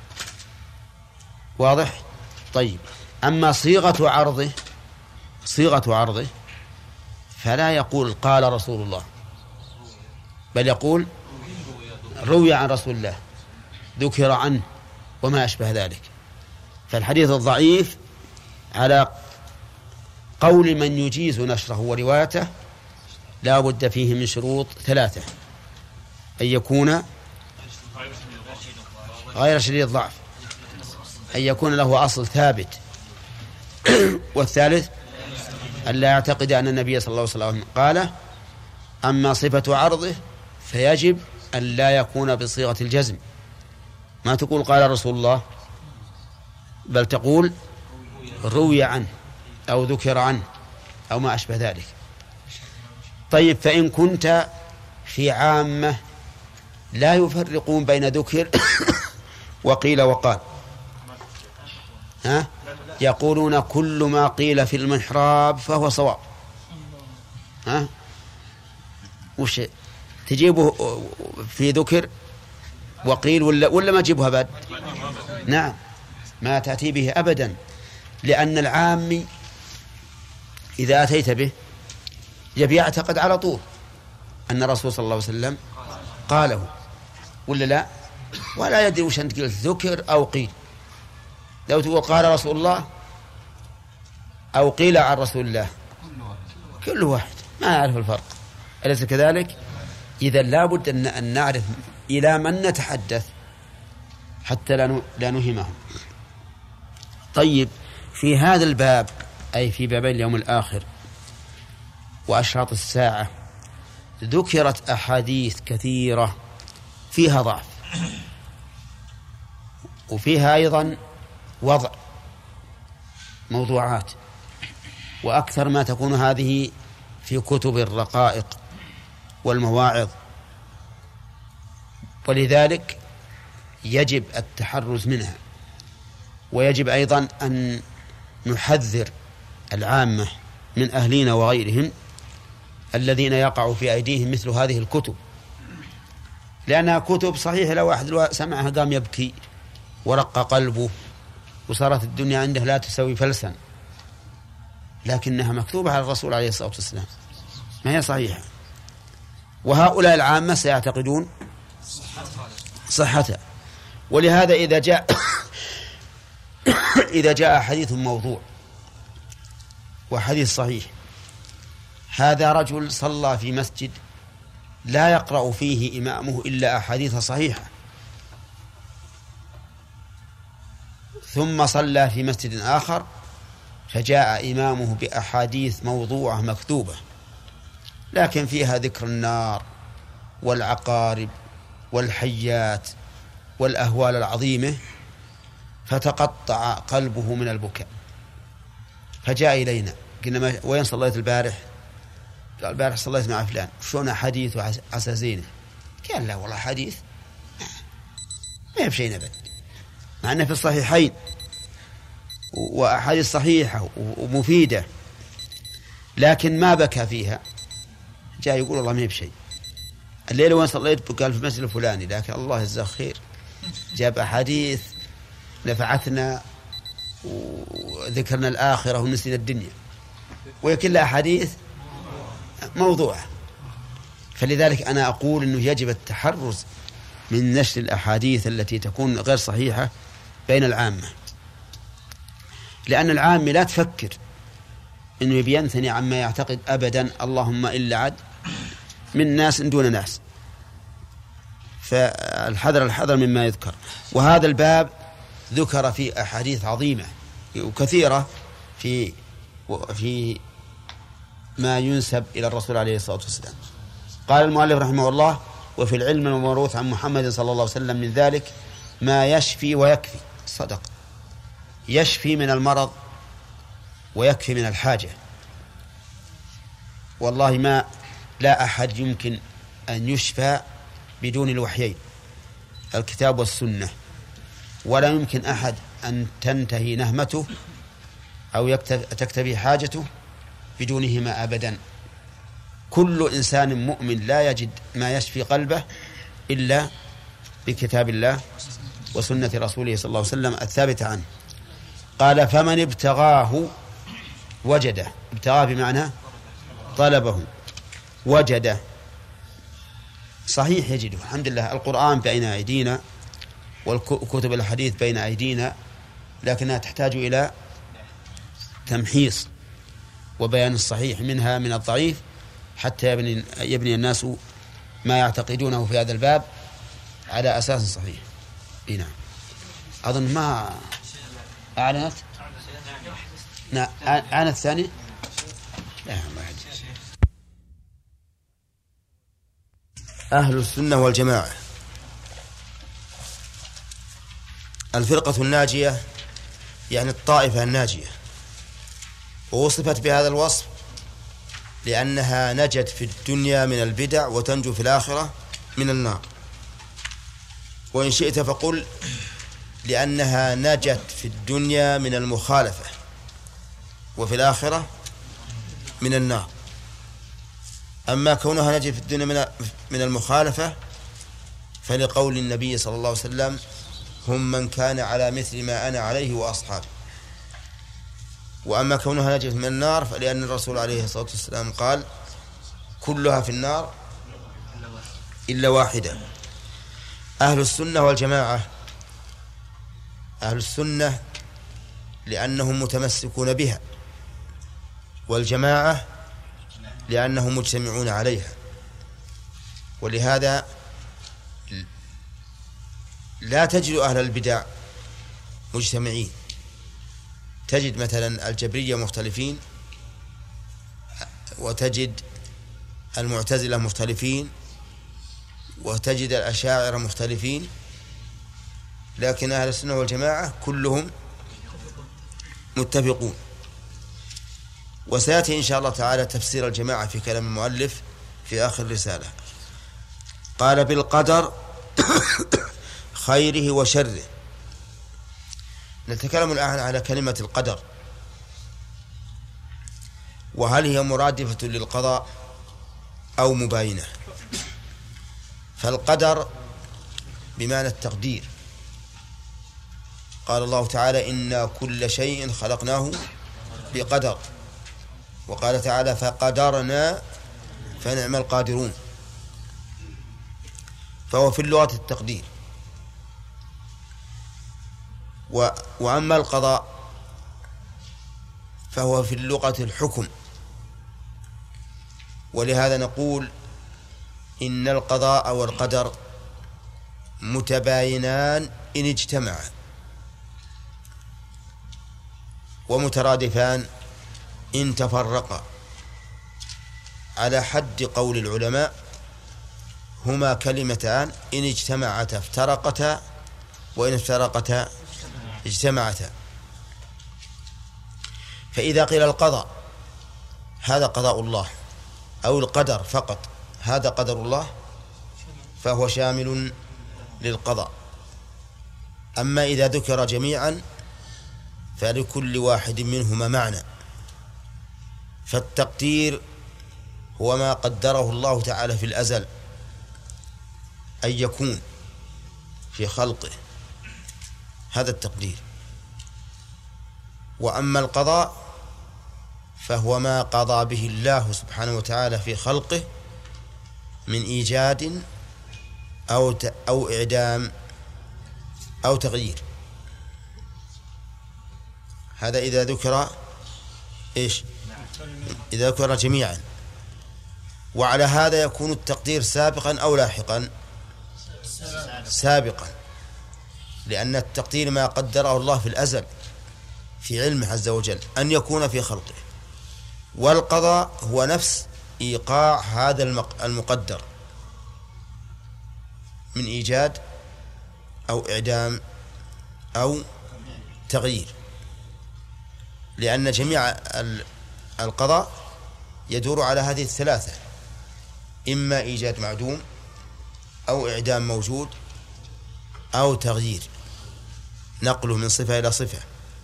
واضح؟ طيب، أما صيغة عرضه فلا يقول قال رسول الله، بل يقول روي عن رسول الله، ذكر عنه، وما أشبه ذلك. فالحديث الضعيف على قول من يجيز نشره وروايته لا بد فيه من شروط 3: أن يكون غير شديد الضعف، أن يكون له أصل ثابت، والثالث أن لا يعتقد أن النبي صلى الله عليه وسلم قاله. أما صفة عرضه فيجب أن لا يكون بصيغة الجزم، ما تقول قال رسول الله، بل تقول روي عنه أو ذكر عنه أو ما أشبه ذلك. طيب، فإن كنت في عامة لا يفرقون بين ذكر وقيل وقال، يقولون كل ما قيل في المحراب فهو صواب، وش تجيبه في ذكر وقيل ولا ما تجيبها بعد؟ نعم، ما تأتي به أبدا، لأن العامي إذا أتيت به يبي يعتقد على طول أن الرسول صلى الله عليه وسلم قاله ولا لا، ولا يدري وش أنت قلت، ذكر أو قيل. لو تقول قال رسول الله أو قيل عن رسول الله كل واحد ما يعرف الفرق، أليس كذلك؟ إذا لا بد أن نعرف إلى من نتحدث حتى لا نهمهم. طيب، في هذا الباب، أي في بابي اليوم الآخر وأشراط الساعة، ذكرت أحاديث كثيرة فيها ضعف، وفيها أيضا وضع موضوعات، وأكثر ما تكون هذه في كتب الرقائق والمواعظ. ولذلك يجب التحرز منها، ويجب أيضا أن نحذر العامة من أهلنا وغيرهم الذين يقع في أيديهم مثل هذه الكتب، لأنها كتب صحيح لو واحد سمعها قام يبكي ورق قلبه وصارت الدنيا عنده لا تسوي فلسا، لكنها مكتوبة على الرسول عليه الصلاة والسلام، ما هي صحيحة. وهؤلاء العامة سيعتقدون صحتها. ولهذا إذا جاء حديث موضوع وحديث صحيح، هذا رجل صلى في مسجد لا يقرأ فيه إمامه إلا أحاديث صحيحة، ثم صلى في مسجد آخر فجاء إمامه بأحاديث موضوعة مكتوبة لكن فيها ذكر النار والعقارب والحيات والأهوال العظيمة، فتقطع قلبه من البكاء. فجاء إلينا قلنا وين صليت البارح؟ قال البارح صليت مع فلان. شون حديث وعسازينه؟ قال لا والله حديث ما يبشي نبت، مع أنه في الصحيحين وأحاديث صحيحة ومفيدة، لكن ما بكى فيها جاء يقول والله ما هي بشيء، الليلة وين صليت؟ قال في المسجد الفلاني، لكن الله يجزاه خير جاب أحاديث نفعتنا وذكرنا الآخرة ونسينا الدنيا، وهي كلها أحاديث موضوعة. فلذلك أنا أقول أنه يجب التحرز من نشر الأحاديث التي تكون غير صحيحة بين العامة، لأن العامة لا تفكر أنه ينثني عما يعتقد أبدا، اللهم إلا عد من ناس دون ناس. فالحذر مما يذكر. وهذا الباب ذكر فيه أحاديث عظيمة وكثيرة في ما ينسب إلى الرسول عليه الصلاة والسلام. قال المؤلف رحمه الله: وفي العلم الموروث عن محمد صلى الله عليه وسلم من ذلك ما يشفي ويكفي. صدق، يشفي من المرض ويكفي من الحاجة. والله لا أحد يمكن أن يشفى بدون الوحيين الكتاب والسنة، ولا يمكن أحد أن تنتهي نهمته أو تكتفي حاجته بدونهما أبدا. كل إنسان مؤمن لا يجد ما يشفي قلبه إلا بكتاب الله وسنة رسوله صلى الله عليه وسلم الثابتة عنه. قال: فمن ابتغاه وجده. ابتغاه بمعنى طلبه، وجده. صحيح يجده، الحمد لله، القرآن بين أيدينا والكتب الحديث بين أيدينا، لكنها تحتاج إلى تمحيص وبيان الصحيح منها من الضعيف حتى يبني الناس ما يعتقدونه في هذا الباب على أساس صحيح. نعم. أظن ما أعلنت. نعم، أعلنت الثانية. لا، ما أعلنت. أهل السنة والجماعة الفرقة الناجية، يعني الطائفة الناجية، ووصفت بهذا الوصف لأنها نجت في الدنيا من البدع وتنجو في الآخرة من النار. وإن شئت فقل لأنها نجت في الدنيا من المخالفة وفي الآخرة من النار. أما كونها نجت في الدنيا من المخالفة فلقول النبي صلى الله عليه وسلم: هم من كان على مثل ما أنا عليه وأصحابي. وأما كونها نجت من النار فلأن الرسول عليه الصلاة والسلام قال: كلها في النار إلا واحدة. أهل السنة والجماعة، أهل السنة لأنهم متمسكون بها، والجماعة لأنهم مجتمعون عليها. ولهذا لا تجد أهل البدع مجتمعين. تجد مثلا الجبرية مختلفين، وتجد المعتزلة مختلفين، وتجد الأشاعرة مختلفين، لكن أهل السنة والجماعة كلهم متفقون. وسيأتي إن شاء الله تعالى تفسير الجماعة في كلام المؤلف في آخر رسالة. قال: بالقدر خيره وشره. نتكلم الآن على كلمة القدر، وهل هي مرادفة للقضاء أو مباينة؟ فالقدر بمعنى التقدير. قال الله تعالى: إنا كل شيء خلقناه بقدر. وقال تعالى: فقدرنا فنعم القادرون. فهو في اللغة التقدير. وأما القضاء فهو في اللغة الحكم. ولهذا نقول إن القضاء والقدر متباينان إن اجتمعا، ومترادفان إن تفرقا. على حد قول العلماء هما كلمتان إن اجتمعتا افترقتا، وإن افترقتا اجتمعتا. فإذا قيل القضاء هذا قضاء الله، أو القدر فقط هذا قدر الله، فهو شامل للقضاء. أما إذا ذكر جميعا فلكل واحد منهما معنى. فالتقدير هو ما قدره الله تعالى في الأزل أن يكون في خلقه، هذا التقدير. وأما القضاء فهو ما قضى به الله سبحانه وتعالى في خلقه من إيجاد أو إعدام أو تغيير. هذا إذا ذكر إيش؟ إذا ذكر جميعا. وعلى هذا يكون التقدير سابقا أو لاحقا؟ سابقا، لأن التقدير ما قدره الله في الأزل في علمه عز وجل أن يكون في خلقه، والقضاء هو نفس إيقاع هذا المقدر من إيجاد أو إعدام أو تغيير، لأن جميع القضاء يدور على هذه الثلاثة: إما إيجاد معدوم أو إعدام موجود أو تغيير، نقله من صفة إلى صفة.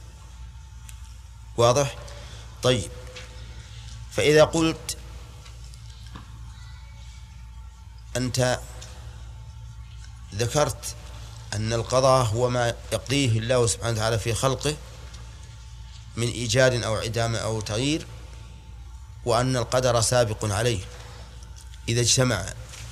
واضح؟ طيب، فإذا قلت أنت ذكرت أن القضاء هو ما يقضيه الله سبحانه وتعالى في خلقه من إيجاد أو إعدام أو تغيير، وأن القدر سابق عليه إذا اجتمع،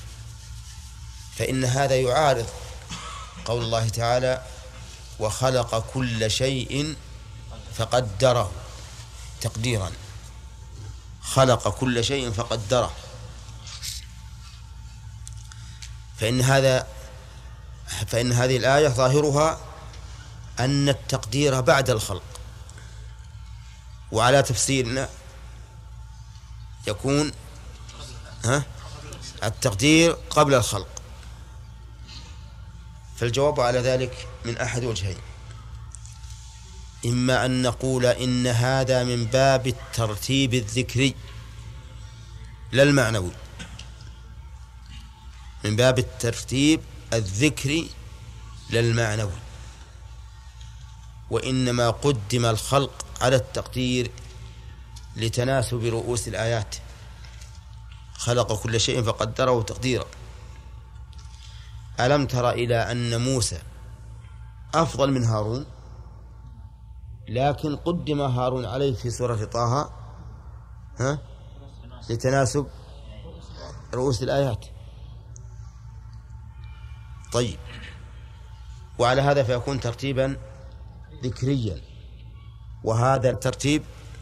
فإن هذا يعارض قول الله تعالى: وخلق كل شيء فقدره تقديرا. خلق كل شيء فقدره، فإن هذه الآية ظاهرها أن التقدير بعد الخلق، وعلى تفسيرنا يكون التقدير قبل الخلق. فالجواب على ذلك من أحد وجهين: إما أن نقول إن هذا من باب الترتيب الذكري لا المعنوي، من باب الترتيب الذكري لا المعنوي، وإنما قدم الخلق على التقدير لتناسب رؤوس الآيات: خلق كل شيء فقدره تقديرا. ألم تر إلى أن موسى أفضل من هارون، لكن قدم هارون عليه في سورة طه لتناسب رؤوس الآيات. طيب، وعلى هذا فيكون ترتيبا ذكريا، وهذا الترتيب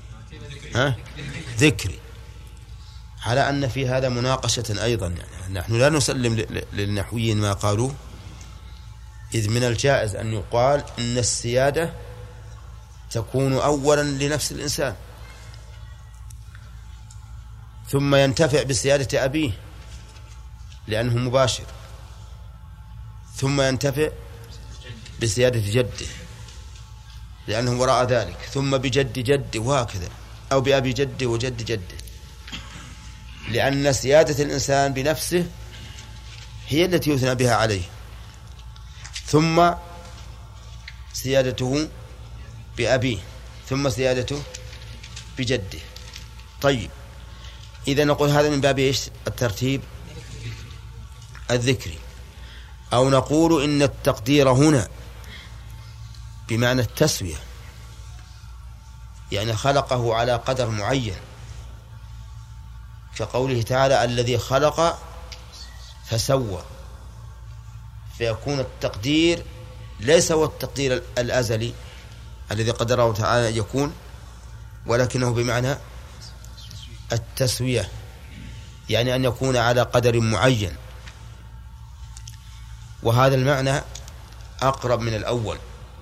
ذكري، على أن في هذا مناقشة أيضا. يعني نحن لا نسلم للنحويين ما قالوه، إذ من الجائز أن يقال إن السيادة تكون أولا لنفس الإنسان، ثم ينتفع بسيادة أبيه لأنه مباشر، ثم ينتفع بسيادة جده لأنه وراء ذلك، ثم بجد جده، وهكذا، أو بأبي جده وجد جده، لأن سيادة الإنسان بنفسه هي التي يثنى بها عليه، ثم سيادته بأبيه، ثم سيادته بجده. طيب، إذا نقول هذا من باب إيش؟ الترتيب الذكري. أو نقول إن التقدير هنا بمعنى التسوية، يعني خلقه على قدر معين، كقوله تعالى: الذي خلق فسوى، فيكون التقدير ليس هو التقدير الأزلي الذي قدره تعالى أن يكون، ولكنه بمعنى التسوية، يعني أن يكون على قدر معين. وهذا المعنى أقرب من الأول،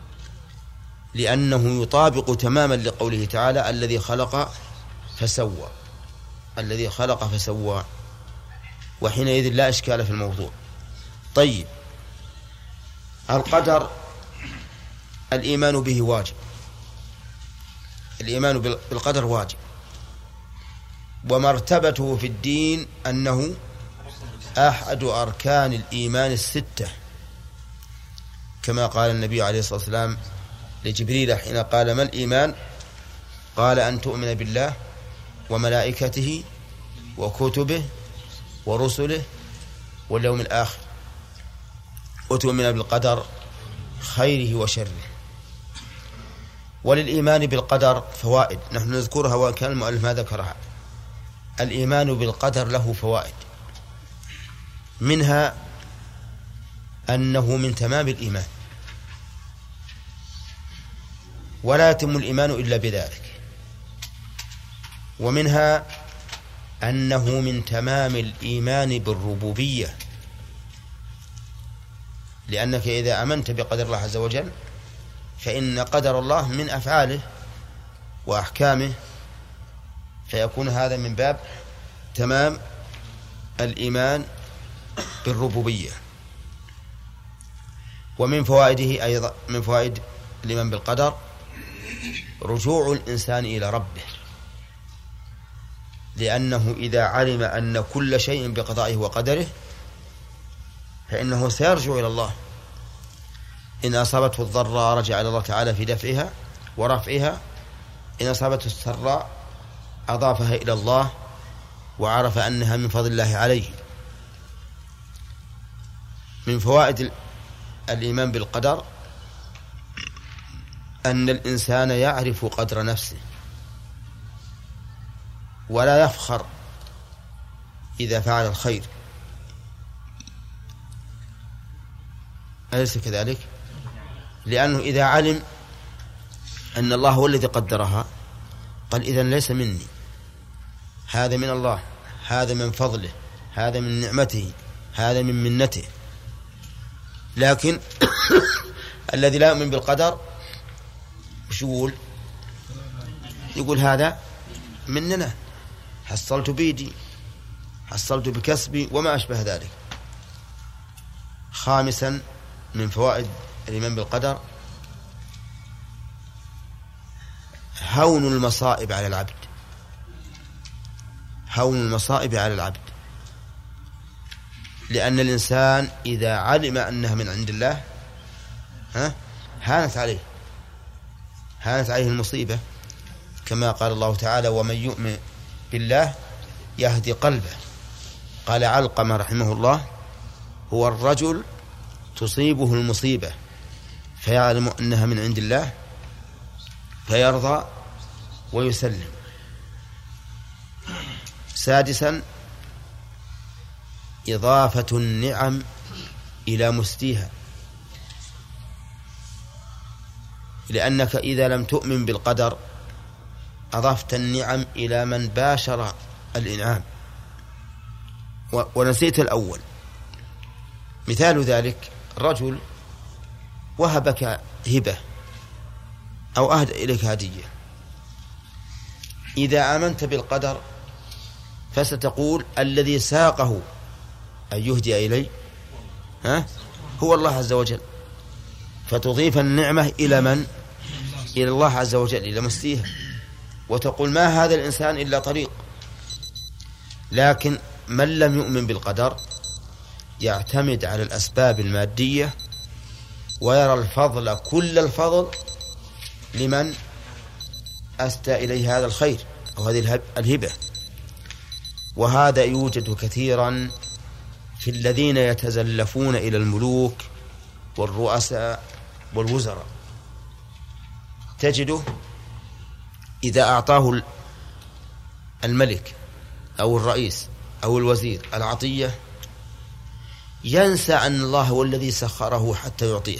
لأنه يطابق تماما لقوله تعالى: الذي خلق فسوى، الذي خلق فسوى، وحينئذ لا إشكال في الموضوع. طيب، القدر الإيمان به واجب، الإيمان بالقدر واجب، ومرتبته في الدين أنه أحد أركان الإيمان الستة، كما قال النبي عليه الصلاة والسلام لجبريل حين قال: ما الإيمان؟ قال: أن تؤمن بالله وملائكته وكتبه ورسله واليوم الآخر، وتؤمن بالقدر خيره وشره. وللإيمان بالقدر فوائد نحن نذكرها وكان المؤلف ما ذكرها. الإيمان بالقدر له فوائد، منها أنه من تمام الإيمان، ولا يتم الإيمان إلا بذلك. ومنها أنه من تمام الإيمان بالربوبية، لأنك إذا آمنت بقدر الله عز وجل فإن قدر الله من أفعاله وأحكامه، فيكون هذا من باب تمام الإيمان بالربوبية. ومن فوائده أيضا، من فوائد الإيمان بالقدر رجوع الإنسان إلى ربه، لأنه إذا علم أن كل شيء بقضائه وقدره فإنه سيرجع إلى الله. إن أصابته الضراء رجع إلى الله تعالى في دفعها ورفعها، إن أصابته السراء أضافها إلى الله وعرف أنها من فضل الله عليه. من فوائد الإيمان بالقدر أن الإنسان يعرف قدر نفسه ولا يفخر إذا فعل الخير، أليس كذلك؟ لأنه إذا علم أن الله هو الذي قدرها قال إذن ليس مني، هذا من الله، هذا من فضله، هذا من نعمته، هذا من منته. لكن الذي لا يؤمن بالقدر وش يقول هذا مننا، حصلت بيدي، حصلت بكسبي، وما أشبه ذلك. خامسا من فوائد الإيمان بالقدر هون المصائب على العبد، هون المصائب على العبد، لأن الإنسان إذا علم أنها من عند الله هانت عليه المصيبة، كما قال الله تعالى ومن يؤمن بالله يهدي قلبه. قال علقمة رحمه الله هو الرجل تصيبه المصيبة فيعلم أنها من عند الله فيرضى ويسلم. سادسا إضافة النعم إلى مستيها، لأنك إذا لم تؤمن بالقدر أضفت النعم إلى من باشر الإنعام ونسيت الأول. مثال ذلك رجل وهبك هبة أو أهدى إليك هدية، إذا آمنت بالقدر فستقول الذي ساقه أن يهدي إلي هو الله عز وجل، فتضيف النعمة إلى من؟ إلى الله عز وجل، إلى مستيها، وتقول ما هذا الإنسان إلا طريق. لكن من لم يؤمن بالقدر يعتمد على الأسباب المادية ويرى الفضل كل الفضل لمن أسدى إليه هذا الخير أو هذه الهبة. وهذا يوجد كثيرا في الذين يتزلفون إلى الملوك والرؤساء والوزراء، تجده إذا أعطاه الملك أو الرئيس أو الوزير العطية ينسى أن الله هو الذي سخره حتى يعطيه،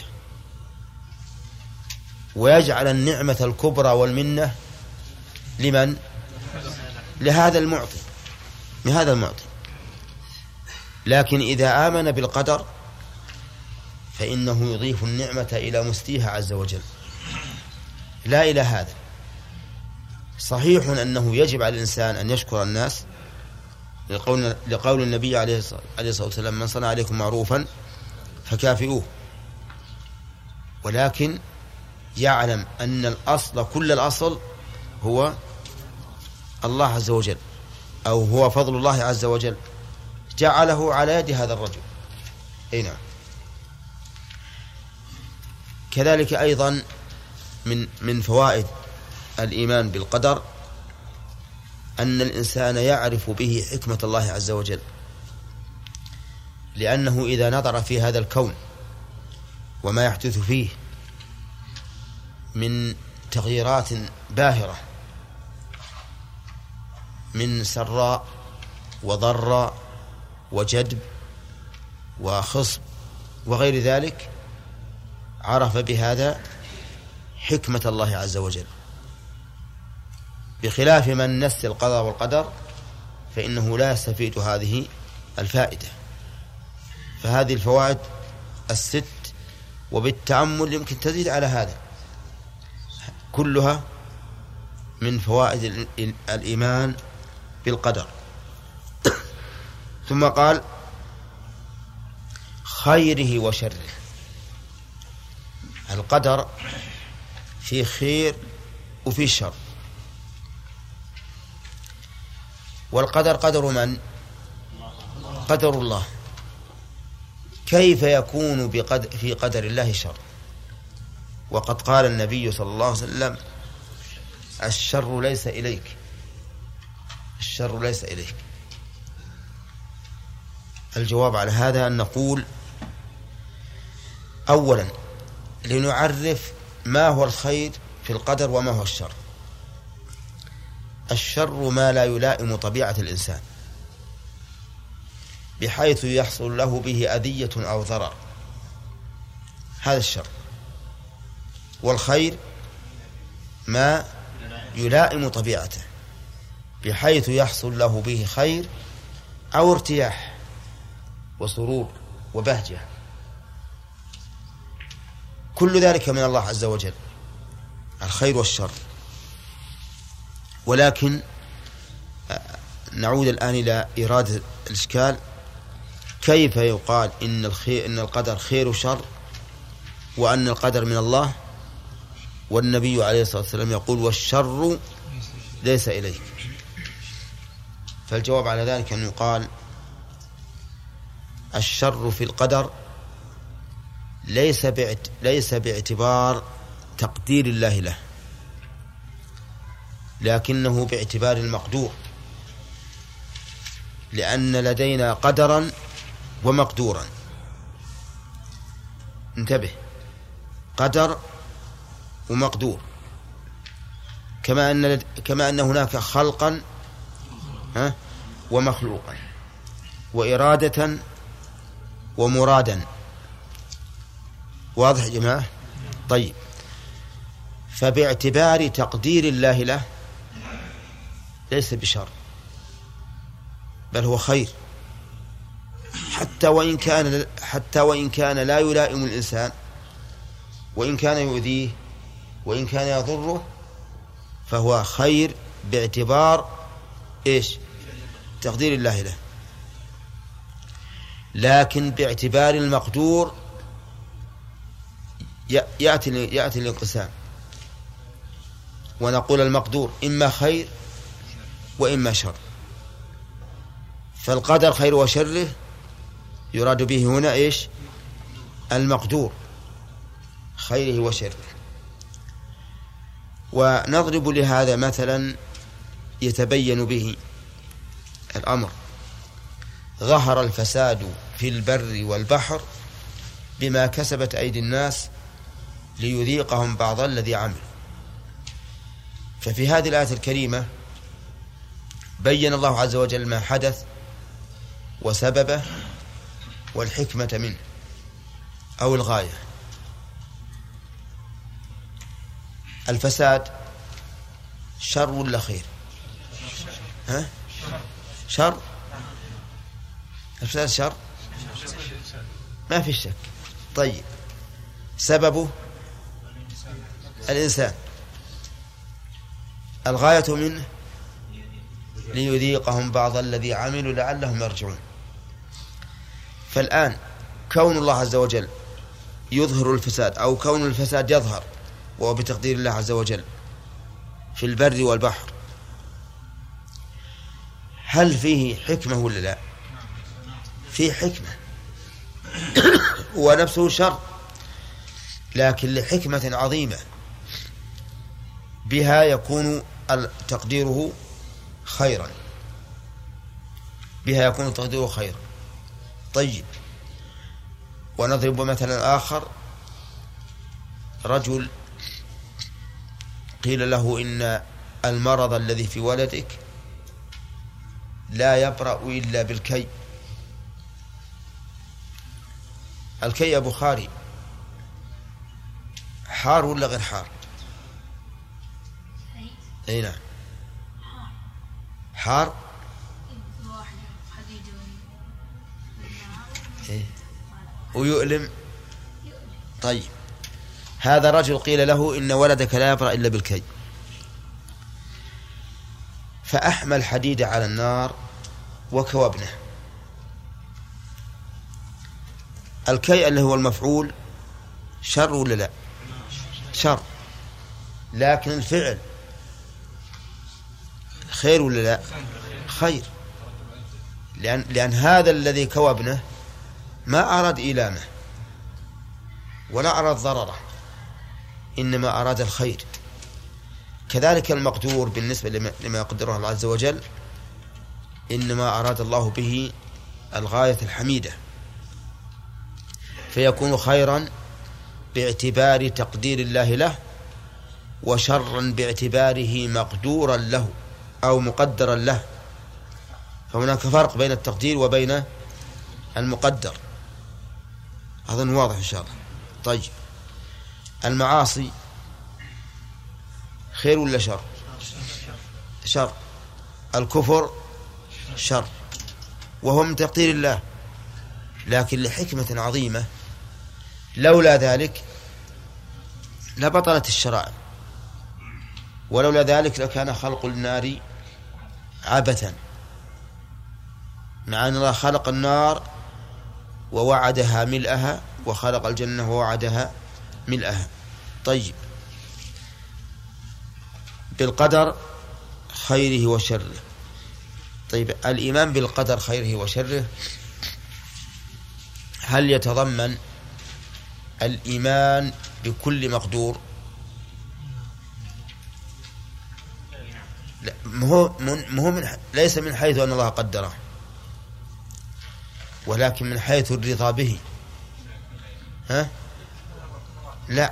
ويجعل النعمة الكبرى والمنة لمن؟ لهذا المعطي، لهذا المعطي. لكن إذا آمن بالقدر فإنه يضيف النعمة إلى مستيها عز وجل لا إلى هذا. صحيح أنه يجب على الإنسان أن يشكر الناس لقول النبي عليه الصلاة والسلام من صنع عليكم معروفا فكافئوه، ولكن يعلم أن الأصل كل الأصل هو الله عز وجل أو هو فضل الله عز وجل جعله على يد هذا الرجل. أي نعم. كذلك أيضا من فوائد الإيمان بالقدر أن الإنسان يعرف به حكمة الله عز وجل، لأنه إذا نظر في هذا الكون وما يحدث فيه من تغييرات باهرة من سراء وضراء وجدب وخصب وغير ذلك، عرف بهذا حكمة الله عز وجل، بخلاف من نسي القضاء والقدر فإنه لا يستفيد هذه الفائدة. فهذه الفوائد الست، وبالتأمل يمكن تزيد على هذا، كلها من فوائد الإيمان بالقدر. ثم قال خيره وشره. القدر في خير وفي شر، والقدر قدر من؟ قدر الله. كيف يكون في قدر الله شر؟ وقد قال النبي صلى الله عليه وسلم الشر ليس إليك، الشر ليس إليك. الجواب على هذا أن نقول أولا لنعرف ما هو الخير في القدر وما هو الشر. الشر ما لا يلائم طبيعة الإنسان بحيث يحصل له به أذية أو ضرر، هذا الشر. والخير ما يلائم طبيعته بحيث يحصل له به خير أو ارتياح وسرور وبهجة، كل ذلك من الله عز وجل، الخير والشر. ولكن نعود الآن إلى إرادة الإشكال، كيف يقال إن القدر خير وشر وأن القدر من الله، والنبي عليه الصلاة والسلام يقول والشر ليس إليك؟ فالجواب على ذلك أن يقال الشر في القدر ليس باعتبار تقدير الله له، لكنه باعتبار المقدور، لأن لدينا قدرا ومقدورا. انتبه، قدر ومقدور، كما أن هناك خلقا ومخلوقا، وإرادة ومرادا. واضح يا جماعة؟ طيب، فباعتبار تقدير الله له ليس بشر، بل هو خير، حتى وإن كان لا يلائم الإنسان، وإن كان يؤذيه، وإن كان يضره، فهو خير باعتبار إيش؟ تقدير الله له. لكن باعتبار المقدور يأتي الانقسام، ونقول المقدور إما خير وإما شر. فالقدر خير وشره يراد به هنا إيش؟ المقدور، خيره وشره. ونضرب لهذا مثلا يتبين به الأمر. ظهر الفساد في البر والبحر بما كسبت أيدي الناس ليذيقهم بعض الذي عمل. ففي هذه الآية الكريمة بين الله عز وجل ما حدث وسببه والحكمة منه أو الغاية. الفساد شر ولا خير؟ شر. الفساد شر ما في شك. طيب، سببه الإنسان، الغاية منه ليذيقهم بعض الذي عملوا لعلهم يرجعون. فالآن كون الله عز وجل يظهر الفساد أو كون الفساد يظهر وهو بتقدير الله عز وجل في البر والبحر، هل فيه حكمة ولا لا؟ فيه حكمة ونفسه شر، لكن لحكمة عظيمة بها يكون تقديره خيرا، بها يكون تقديره خيرا. طيب، ونضرب مثلا آخر، رجل قيل له إن المرض الذي في ولدك لا يبرأ إلا بالكي. الكي يا بخاري حار ولا غير حار؟ اي نعم حار. إيه؟ ويؤلم. طيب، هذا رجل قيل له إن ولدك لا يبرأ إلا بالكي، فأحمى الحديد على النار وكوى. الكي اللي هو المفعول شر ولا لا؟ شر، لكن الفعل خير ولا لا؟ خير، لأن هذا الذي كوى ابنه ما أراد إيلامه ولا أراد ضرره، إنما أراد الخير. كذلك المقدور بالنسبة لما يقدره الله عز وجل، إنما أراد الله به الغاية الحميدة، فيكون خيرا باعتبار تقدير الله له، وشرا باعتباره مقدورا له أو مقدرا له. فهناك فرق بين التقدير وبين المقدر، أظن واضح إن شاء الله. طيب، المعاصي خير ولا شر؟ شر. الكفر شر، وهو من تقدير الله، لكن لحكمة عظيمة، لولا ذلك لبطلت الشرائع، ولولا ذلك لكان خلق النار عبثا، مع أن الله خلق النار ووعدها ملأها، وخلق الجنة ووعدها ملأها. طيب، بالقدر خيره وشره. طيب، الإيمان بالقدر خيره وشره هل يتضمن الإيمان بكل مقدور؟ لا، ليس من حيث أن الله قدره، ولكن من حيث الرضا به. لا،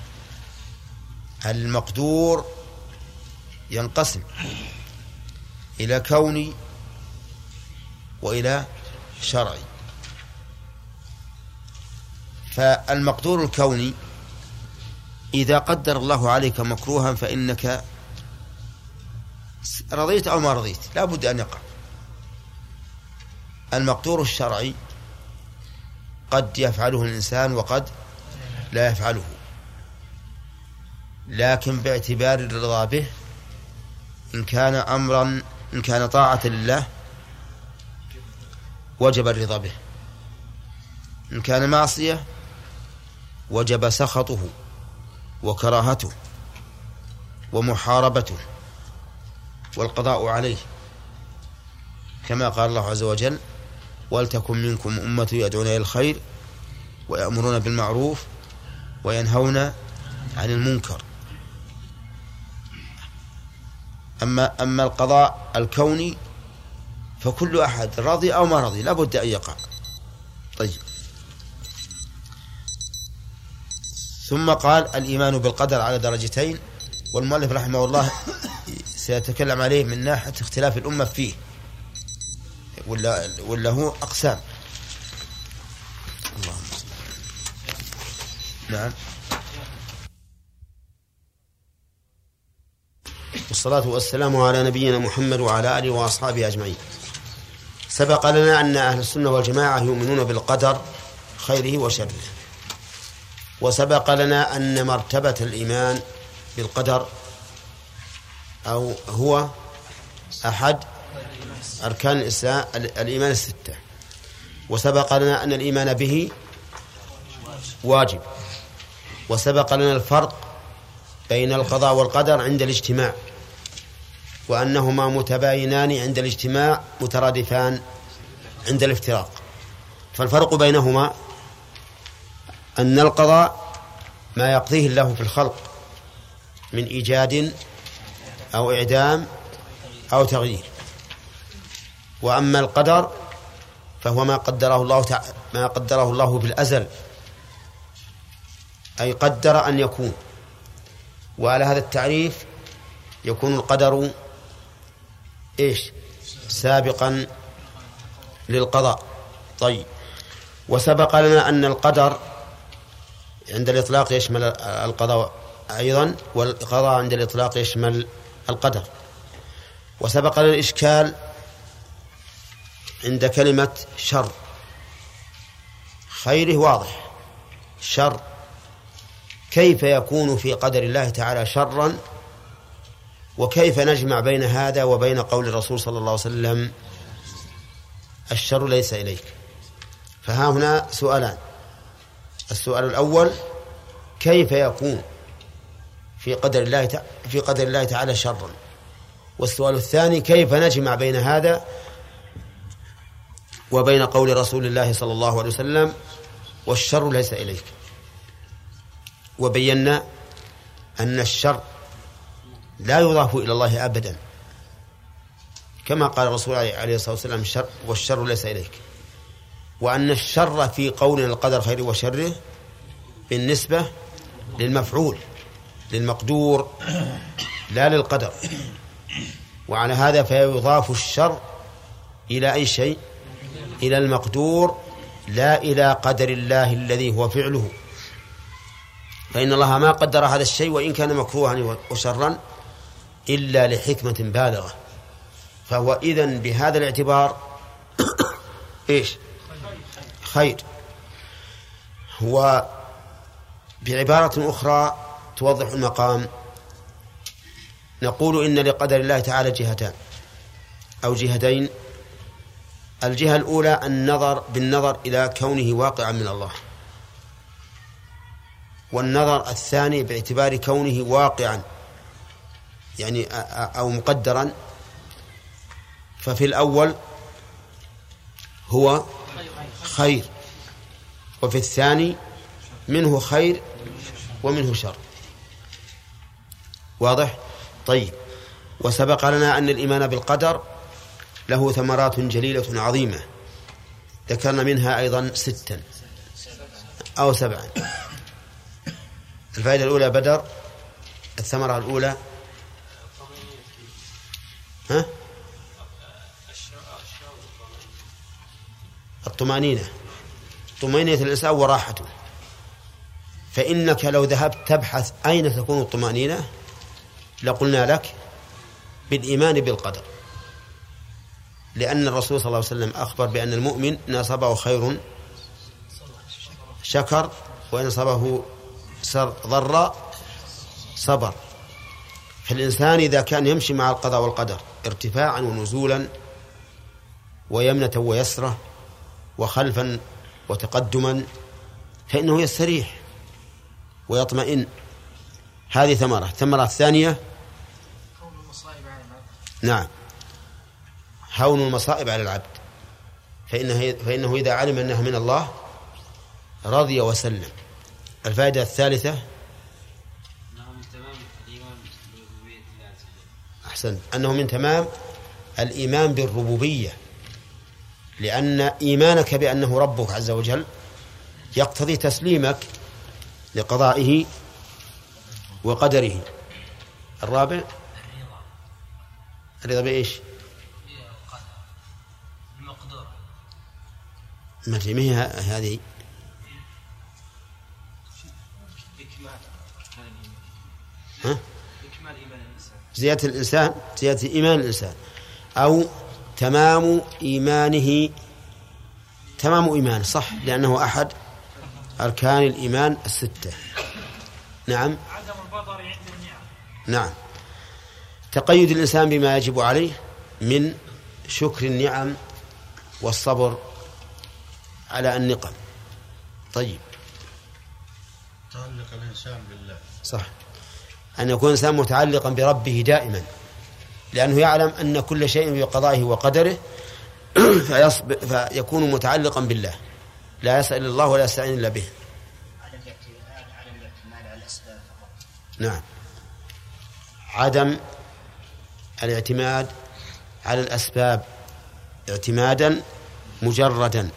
المقدور ينقسم إلى كوني وإلى شرعي. فالمقدور الكوني إذا قدر الله عليك مكروها فإنك رضيت أو ما رضيت لا بد أن يقع. المقدور الشرعي قد يفعله الإنسان وقد لا يفعله، لكن باعتبار الرضا به، إن كان طاعة لله وجب الرضا به، إن كان معصية وجب سخطه وكراهته ومحاربته والقضاء عليه، كما قال الله عز وجل: ولتكن منكم أمة يدعون إلى الخير ويأمرون بالمعروف وينهون عن المنكر. أما القضاء الكوني فكل أحد راضي أو ما راضي لا بد أن يقع. طيب، ثم قال: الإيمان بالقدر على درجتين، والمؤلف رحمه الله سيتكلم عليه من ناحية اختلاف الأمة فيه، ولا هو أقسام. اللهم صل. نعم. والصلاة والسلام على نبينا محمد وعلى آله وأصحابه أجمعين. سبق لنا أن أهل السنة والجماعة يؤمنون بالقدر خيره وشره، وسبق لنا أن مرتبة الإيمان بالقدر أو هو أحد أركان الإسلام الإيمان الستة، وسبق لنا أن الإيمان به واجب، وسبق لنا الفرق بين القضاء والقدر عند الاجتماع، وأنهما متباينان عند الاجتماع مترادفان عند الافتراق. فالفرق بينهما أن القضاء ما يقضيه الله في الخلق من إيجاد أو إعدام أو تغيير. وأما القدر فهو ما قدره الله بالأزل، أي قدر أن يكون. وعلى هذا التعريف يكون القدر سابقا للقضاء. طيب، وسبق لنا أن القدر عند الإطلاق يشمل القضاء أيضا، والقضاء عند الإطلاق يشمل القدر. وسبق لنا الإشكال عند كلمة شر، خيره واضح، شر كيف يكون في قدر الله تعالى شرا، وكيف نجمع بين هذا وبين قول الرسول صلى الله عليه وسلم الشر ليس إليك. فها هنا سؤالان: السؤال الأول كيف يكون في قدر الله تعالى شرا، والسؤال الثاني كيف نجمع بين هذا وبين قول رسول الله صلى الله عليه وسلم والشر ليس إليك. وبينا أن الشر لا يضاف إلى الله أبدا، كما قال الرسول عليه الصلاة والسلام والشر ليس إليك، وأن الشر في قولنا القدر خير وشره بالنسبة للمفعول للمقدور لا للقدر. وعلى هذا فيضاف الشر إلى أي شيء؟ إلى المقدور لا إلى قدر الله الذي هو فعله، فإن الله ما قدر هذا الشيء وإن كان مكروها وشرا إلا لحكمة بالغة، فهو إذن بهذا الاعتبار خير. وبعبارة أخرى توضح المقام نقول إن لقدر الله تعالى جهتان أو جهتين: الجهة الأولى بالنظر إلى كونه واقعا من الله، والنظر الثاني باعتبار كونه واقعا يعني أو مقدرا. ففي الأول هو خير، وفي الثاني منه خير ومنه شر. واضح؟ طيب، وسبق لنا أن الإيمان بالقدر له ثمرات جليلة عظيمة، ذكرنا منها أيضا 6 أو 7. الفائدة الأولى بدر، الثمرة الأولى الطمأنينة الإنسان وراحته. فإنك لو ذهبت تبحث أين تكون الطمأنينة لقلنا لك بالإيمان بالقدر، لأن الرسول صلى الله عليه وسلم أخبر بأن المؤمن إن أصابه خير شكر وإن أصابه ضر صبر. فالإنسان إذا كان يمشي مع القضاء والقدر ارتفاعا ونزولا ويمنة ويسرة وخلفا وتقدما فإنه يستريح ويطمئن. هذه ثمرة. الثمرة الثانية نعم هون المصائب على العبد، فإنه إذا علم أنها من الله رضي وسلم. الفائدة الثالثة أحسن، أنه من تمام الإيمان بالربوبية، لأن إيمانك بأنه ربك عز وجل يقتضي تسليمك لقضائه وقدره. الرابع الرضا بإيش؟ ما هي هذه؟ زيادة الإنسان، زيادة إيمان الإنسان، أو تمام إيمانه، تمام إيمانه صح، لأنه أحد أركان الإيمان 6. نعم عدم البطر عند النعم. نعم تقيد الإنسان بما يجب عليه من شكر النعم والصبر على النقم. طيب، تعلق الإنسان بالله صح، أن يكون الإنسان متعلقا بربه دائما، لأنه يعلم أن كل شيء بقضائه وقدره فيكون متعلقا بالله، لا يسأل الله ولا يستعين إلا به. نعم عدم الاعتماد على الأسباب اعتمادا مجردا.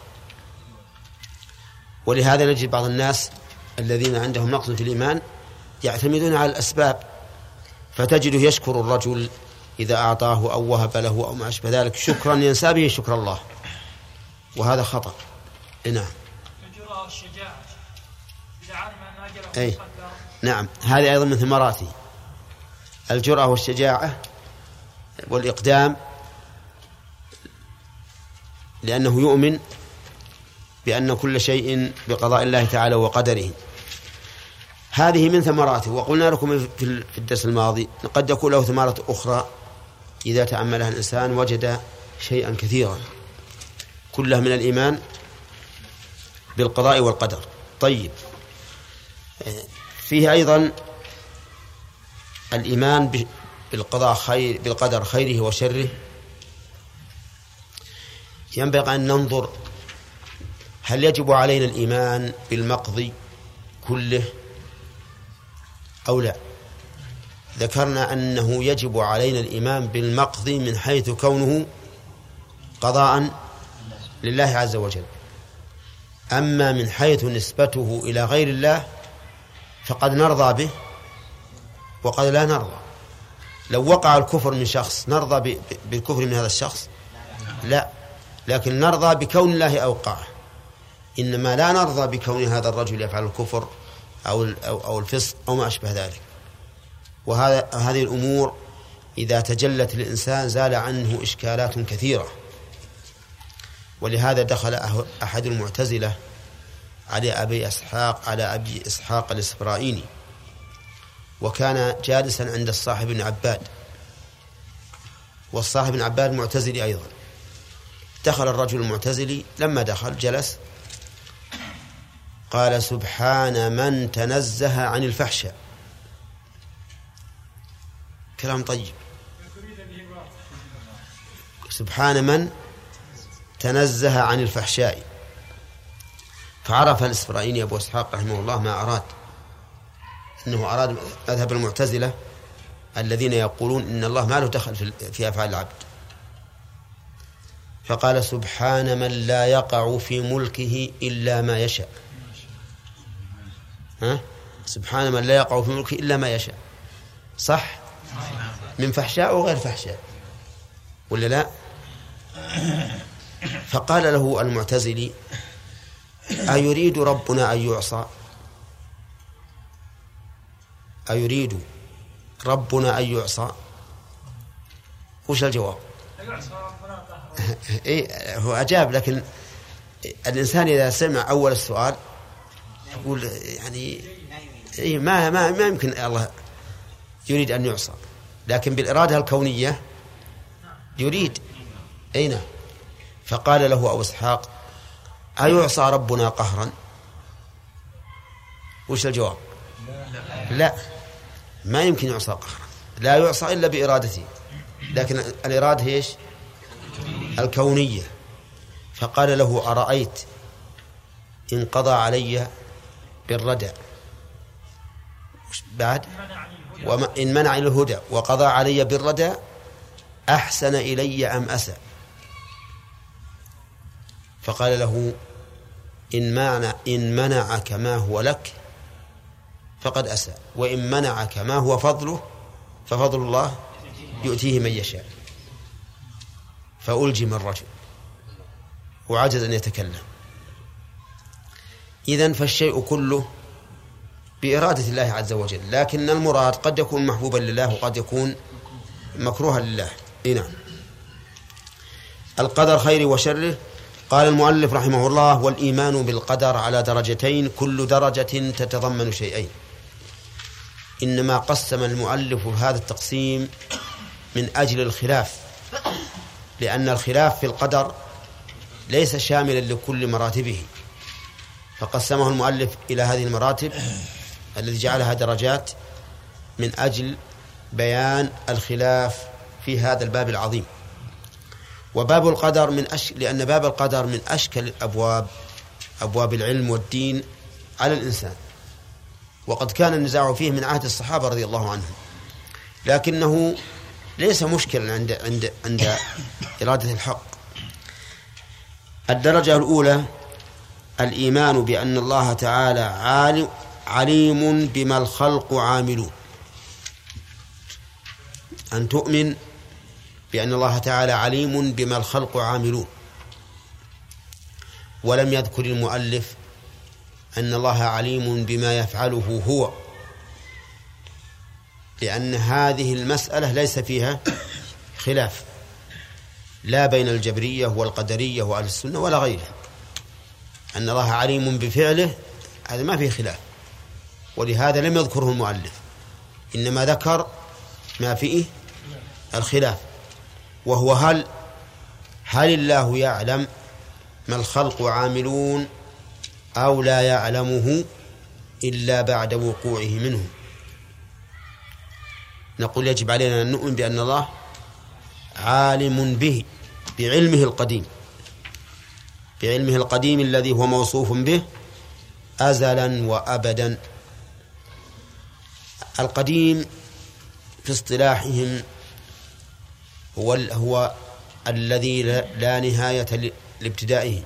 ولهذا نجد بعض الناس الذين عندهم نقص في الإيمان يعتمدون على الأسباب، فتجده يشكر الرجل إذا أعطاه أو وهب له أو ما أشبه ذلك شكرا ينسى به شكر الله، وهذا خطأ. نعم. الجرأة والشجاعة إذا علم أن أجله أي نعم، هذه أيضا من ثمراته، الجرأة والشجاعة والإقدام، لأنه يؤمن بأن كل شيء بقضاء الله تعالى وقدره. هذه من ثمراته. وقلنا لكم في الدرس الماضي قد يكون له ثمرات أخرى إذا تأملها الإنسان وجد شيئا كثيرا كلها من الإيمان بالقضاء والقدر. طيب، فيه أيضا الإيمان بالقدر خيره وشره. ينبغي أن ننظر هل يجب علينا الإيمان بالمقضي كله أو لا. ذكرنا أنه يجب علينا الإيمان بالمقضي من حيث كونه قضاء لله عز وجل، أما من حيث نسبته إلى غير الله فقد نرضى به وقد لا نرضى. لو وقع الكفر من شخص نرضى بالكفر من هذا الشخص؟ لا، لكن نرضى بكون الله أوقعه، إنما لا نرضى بكون هذا الرجل يفعل الكفر أو الفسق أو ما أشبه ذلك. وهذه الأمور إذا تجلت الإنسان زال عنه إشكالات كثيرة. ولهذا دخل أحد المعتزلة على أبي إسحاق الإسفرايني، وكان جالسا عند الصاحب بن عباد، والصاحب بن عباد معتزلي أيضا. دخل الرجل المعتزلي، لما دخل جلس قال: سبحان من تنزه عن الفحشاء. كلام طيب. سبحان من تنزه عن الفحشاء. فعرف الإسفرايني أبو إسحاق رحمه الله ما أراد، أنه أراد مذهب المعتزلة الذين يقولون إن الله ما له دخل في أفعال العبد. فقال: سبحان من لا يقع في ملكه إلا ما يشاء. سبحان من لا يقع في ملكه إلا ما يشاء، صح؟ من فحشاء وغير فحشاء، ولا لا؟ فقال له المعتزلي: أيريد ربنا أن يعصى؟ أيريد ربنا أن يعصى؟ وش الجواب؟ إيه، هو أجاب، لكن الإنسان إذا سمع أول السؤال يقول يعني إيه، ما يمكن الله يريد أن يعصى، لكن بالإرادة الكونية يريد. أين؟ فقال له أبو إسحاق: أيعصى ربنا قهرا؟ وش الجواب؟ لا، ما يمكن يعصى قهرا، لا يعصى إلا بإرادته، لكن الإرادة إيش؟ الكونية. فقال له: أرأيت إن قضى علي بالردى بعد إن منع الهدى وقضى علي بالردى أحسن إلي أم أسى؟ فقال له: إن منعك ما هو لك فقد أسى، وإن منعك ما هو فضله ففضل الله يؤتيه من يشاء. فألجم الرجل وعجز أن يتكلم. إذن فالشيء كله بإرادة الله عز وجل، لكن المراد قد يكون محبوبا لله وقد يكون مكروها لله. نعم. القدر خير وشره. قال المؤلف رحمه الله: والإيمان بالقدر على درجتين، كل درجة تتضمن شيئين. إنما قسم المؤلف هذا التقسيم من أجل الخلاف، لأن الخلاف في القدر ليس شاملا لكل مراتبه، فقسمه المؤلف إلى هذه المراتب التي جعلها درجات من أجل بيان الخلاف في هذا الباب العظيم. وباب القدر لأن باب القدر من أشكل أبواب العلم والدين على الإنسان، وقد كان النزاع فيه من عهد الصحابة رضي الله عنهم، لكنه ليس مشكلا عند إرادة الحق. الدرجة الأولى الإيمان بأن الله تعالى عليم بما الخلق عاملون، أن تؤمن بأن الله تعالى عليم بما الخلق عاملون. ولم يذكر المؤلف أن الله عليم بما يفعله هو، لأن هذه المسألة ليس فيها خلاف لا بين الجبرية والقدرية وأهل السنة ولا غيرهم، أن الله عليم بفعله هذا ما فيه خلاف، ولهذا لم يذكره المؤلف، إنما ذكر ما فيه الخلاف، وهو هل الله يعلم ما الخلق عاملون أو لا يعلمه إلا بعد وقوعه منه. نقول يجب علينا أن نؤمن بأن الله عالم به بعلمه القديم الذي هو موصوف به أزلا وأبدا. القديم في اصطلاحهم هو الذي لا نهاية لابتدائه،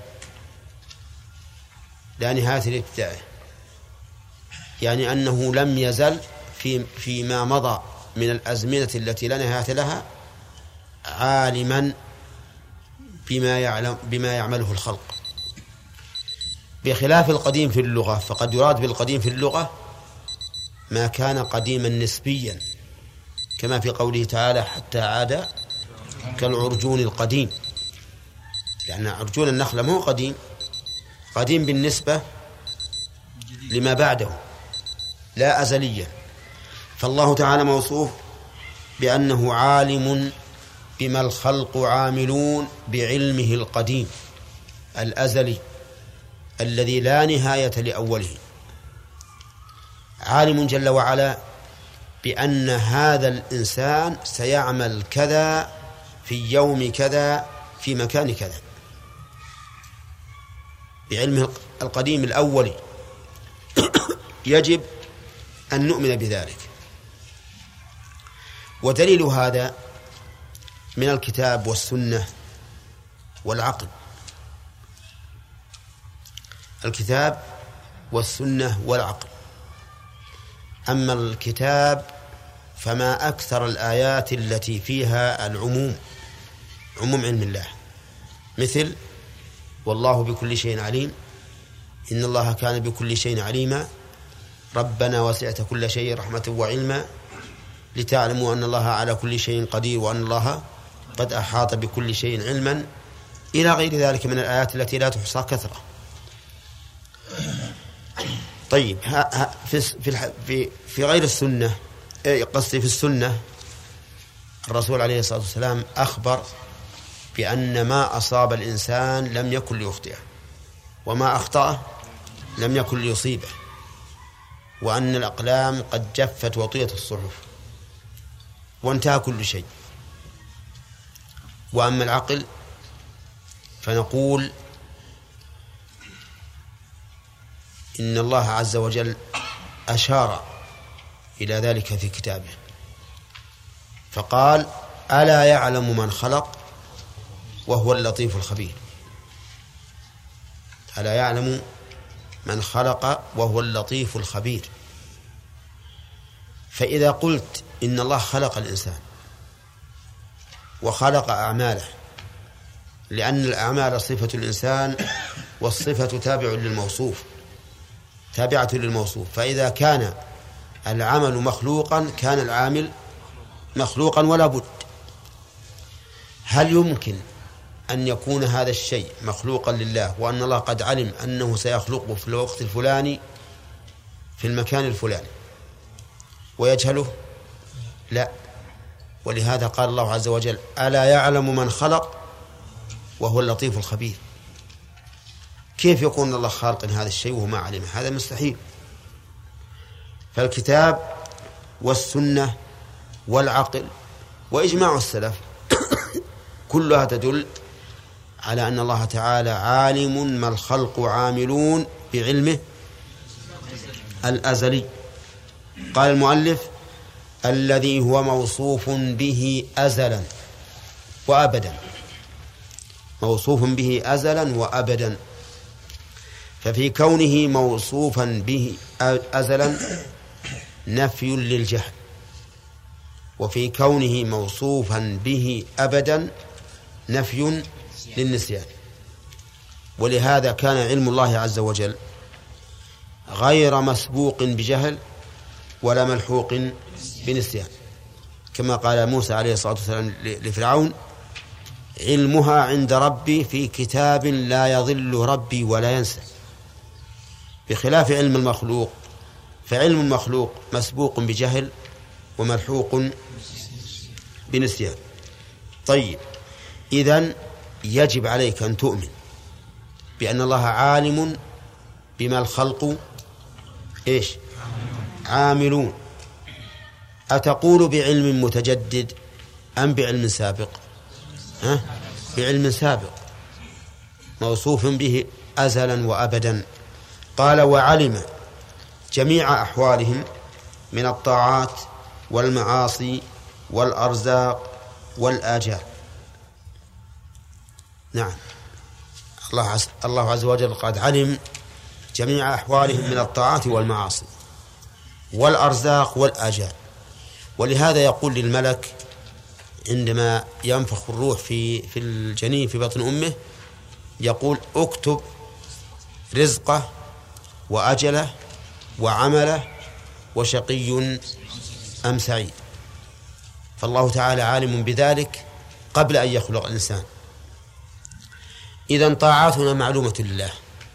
يعني أنه لم يزل فيما مضى من الأزمنة التي لا نهاية لها عالما بما يعمله الخلق، بخلاف القديم في اللغة. فقد يراد بالقديم في اللغة ما كان قديما نسبيا، كما في قوله تعالى حتى عاد كالعرجون القديم، لأن عرجون النخلة ما هو قديم بالنسبة لما بعده لا أزليا. فالله تعالى موصوف بأنه عالم بما الخلق عاملون بعلمه القديم الأزلي الذي لا نهاية لأوله. عالم جل وعلا بأن هذا الإنسان سيعمل كذا في يوم كذا في مكان كذا، بعلمه القديم الأولي. يجب أن نؤمن بذلك. ودليل هذا من الكتاب والسنة والعقل. الكتاب والسنة والعقل. أما الكتاب فما أكثر الآيات التي فيها عموم علم الله، مثل والله بكل شيء عليم، إن الله كان بكل شيء عليما، ربنا وسعت كل شيء رحمة وعلما، لتعلموا أن الله على كل شيء قدير وأن الله قد أحاط بكل شيء علما، إلى غير ذلك من الآيات التي لا تحصى كثرة. طيب في غير السنة، قصدي في السنة، الرسول عليه الصلاة والسلام أخبر بأن ما أصاب الإنسان لم يكن ليخطئه، وما أخطأه لم يكن ليصيبه، وأن الأقلام قد جفت وطيت الصحف وانتهى كل شيء. وأما العقل فنقول إن الله عز وجل أشار إلى ذلك في كتابه فقال ألا يعلم من خلق وهو اللطيف الخبير. ألا يعلم من خلق وهو اللطيف الخبير. فإذا قلت إن الله خلق الإنسان وخلق أعماله، لأن الأعمال صفة الإنسان والصفة تابعة للموصوف، فإذا كان العمل مخلوقا كان العامل مخلوقا ولا بد. هل يمكن أن يكون هذا الشيء مخلوقا لله وأن الله قد علم أنه سيخلقه في الوقت الفلاني في المكان الفلاني ويجهله؟ لا. ولهذا قال الله عز وجل ألا يعلم من خلق وهو اللطيف الخبير. كيف يكون الله خالق هذا الشيء وما علمه؟ هذا مستحيل. فالكتاب والسنة والعقل وإجماع السلف كلها تدل على أن الله تعالى عالم ما الخلق عاملون بعلمه الأزلي. قال المؤلف الذي هو موصوف به أزلا وأبدا، موصوف به أزلا وأبدا. ففي كونه موصوفا به أزلا نفي للجهل، وفي كونه موصوفا به أبدا نفي للنسيان. ولهذا كان علم الله عز وجل غير مسبوق بجهل ولا ملحوق بنسيان، كما قال موسى عليه الصلاة والسلام لفرعون: علمها عند ربي في كتاب لا يضل ربي ولا ينسى. بخلاف علم المخلوق، فعلم المخلوق مسبوق بجهل وملحوق بنسيان. طيب، إذن يجب عليك أن تؤمن بأن الله عالم بما الخلق عاملون. أتقول بعلم متجدد أم بعلم سابق؟ بعلم سابق موصوف به أزلا وأبدا. قال: وعلم جميع أحوالهم من الطاعات والمعاصي والأرزاق والآجال. نعم، الله عز وجل قد علم جميع أحوالهم من الطاعات والمعاصي والأرزاق والآجال. ولهذا يقول للملك عندما ينفخ الروح في الجنين في بطن أمه، يقول: اكتب رزقه وأجله وعمله وشقي أم سعيد. فالله تعالى عالم بذلك قبل أن يخلق الإنسان. إذن طاعاتنا معلومة لله،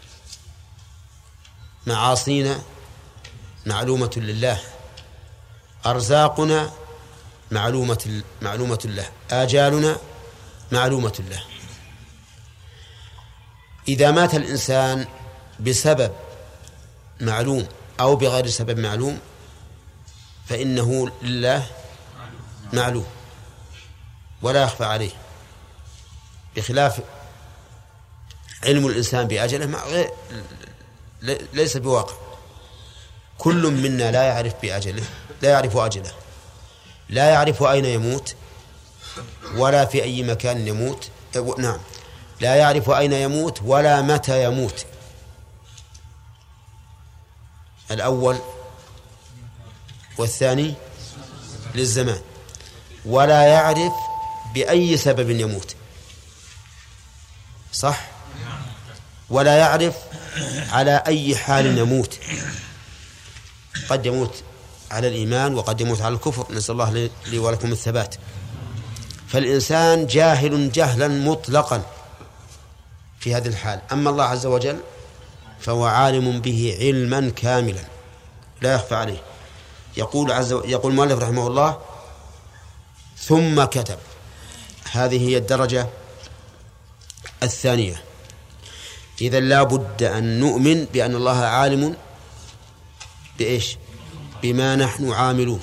معاصينا معلومة لله، أرزاقنا معلومة له، آجالنا معلومة له. إذا مات الإنسان بسبب معلوم أو بغير سبب معلوم فإنه لله معلوم ولا يخفى عليه، بخلاف علم الإنسان بأجله ليس بواقع. كل منا لا يعرف بأجله، لا يعرف أجله، لا يعرف أين يموت ولا في أي مكان يموت. نعم، لا يعرف أين يموت ولا متى يموت. الأول والثاني للزمان، ولا يعرف بأي سبب يموت، صح؟ ولا يعرف على أي حال يموت. قد يموت على الإيمان وقد يموت على الكفر، نسأل الله لي ولكم الثبات. فالإنسان جاهل جهلا مطلقا في هذه الحال. أما الله عز وجل فهو عالم به علما كاملا لا يخفى عليه. يقول المؤلف رحمه الله: ثم كتب. هذه هي الدرجة الثانية. إذا لا بد أن نؤمن بأن الله عالم بإيش؟ بما نحن عاملون،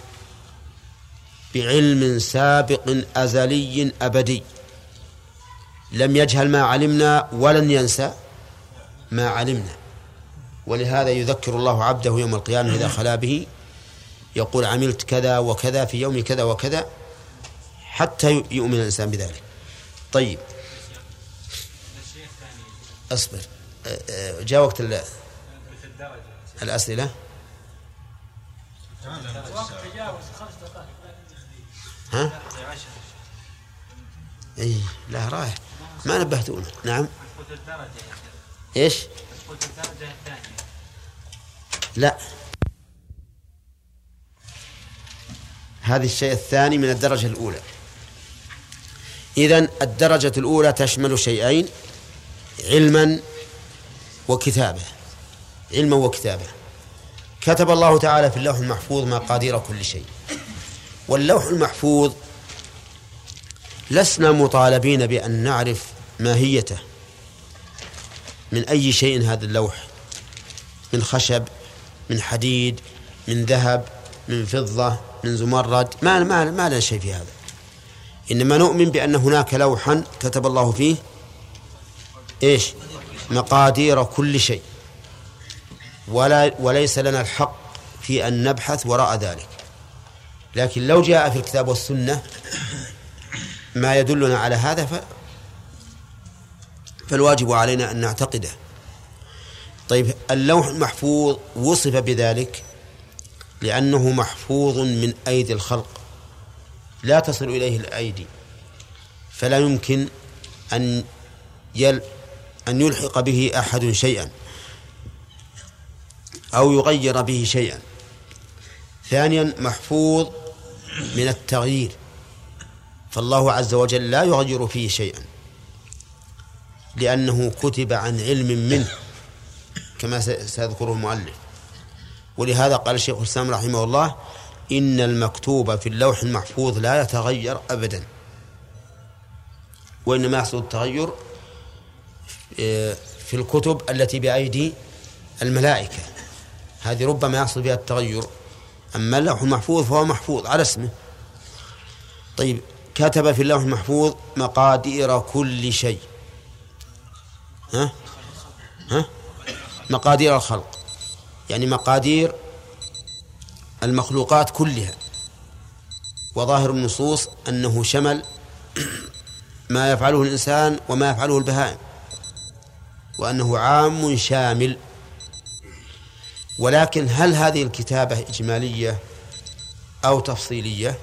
بعلم سابق أزلي أبدي، لم يجهل ما علمنا ولن ينسى ما علمنا. ولهذا يذكر الله عبده يوم القيامة إذا خلا به، يقول: عملت كذا وكذا في يوم كذا وكذا، حتى يؤمن الإنسان بذلك. طيب، أصبر، جاء وقت الأسئلة. ها؟ إيه، لا رايح، ما نبهتونا. نعم. إيش؟ لا، هذه الشيء الثاني من الدرجة الأولى. إذن الدرجة الأولى تشمل شيئين: علما وكتابة. علما وكتابة. كتب الله تعالى في اللوح المحفوظ مقادير كل شيء، واللوح المحفوظ لسنا مطالبين بأن نعرف ماهيته، من أي شيء هذا اللوح، من خشب، من حديد، من ذهب، من فضة، من زمرد، ما لنا شيء في هذا. إنما نؤمن بأن هناك لوحا كتب الله فيه إيش؟ مقادير كل شيء، وليس لنا الحق في أن نبحث وراء ذلك، لكن لو جاء في الكتاب والسنة ما يدلنا على هذا فالواجب علينا أن نعتقده. طيب اللوح المحفوظ وصف بذلك لأنه محفوظ من أيدي الخلق لا تصل إليه الأيدي، فلا يمكن أن يلحق به أحد شيئا أو يغير به شيئا. ثانيا محفوظ من التغيير، فالله عز وجل لا يغير فيه شيئا لأنه كتب عن علم منه كما سيذكره المؤلف. ولهذا قال الشيخ الإسلام رحمه الله إن المكتوب في اللوح المحفوظ لا يتغير أبدا، وإنما يحصل التغير في الكتب التي بأيدي الملائكة، هذه ربما يحصل فيها التغير. أما اللوح المحفوظ فهو محفوظ على اسمه. طيب كتب في اللوح المحفوظ مقادير كل شيء، مقادير الخلق يعني مقادير المخلوقات كلها. وظاهر النصوص أنه شمل ما يفعله الإنسان وما يفعله البهائم، وأنه عام شامل. ولكن هل هذه الكتابة إجمالية أو تفصيلية؟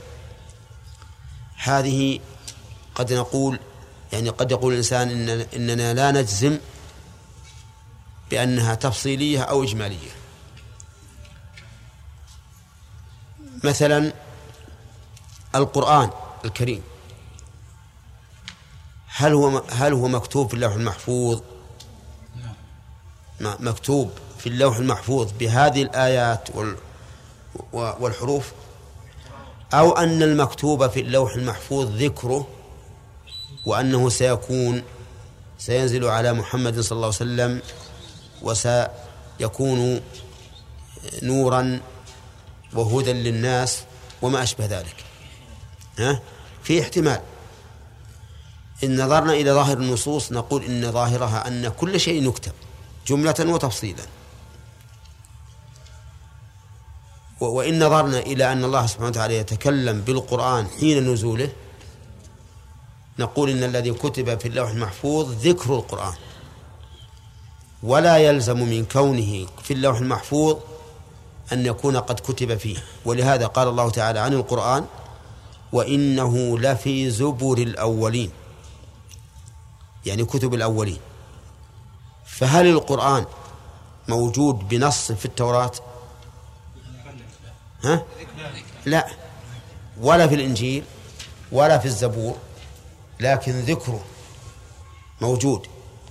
هذه قد نقول يعني قد يقول الإنسان إننا لا نجزم بأنها تفصيلية أو إجمالية. مثلا القرآن الكريم هل هو مكتوب في اللوح المحفوظ؟ مكتوب في اللوح المحفوظ بهذه الآيات والحروف، أو أن المكتوب في اللوح المحفوظ ذكره وأنه سينزل على محمد صلى الله عليه وسلم وسيكون نورا وهدى للناس وما أشبه ذلك؟ في احتمال. إن نظرنا إلى ظاهر النصوص نقول إن ظاهرها أن كل شيء يكتب جملة وتفصيلا. وإن نظرنا إلى أن الله سبحانه وتعالى يتكلم بالقرآن حين نزوله نقول إن الذي كتب في اللوح المحفوظ ذكر القرآن، ولا يلزم من كونه في اللوح المحفوظ أن يكون قد كتب فيه. ولهذا قال الله تعالى عن القرآن وإنه لفي زبر الأولين، يعني كتب الأولين. فهل القرآن موجود بنص في التوراة؟ لا، ولا في الإنجيل ولا في الزبور، لكن ذكره موجود.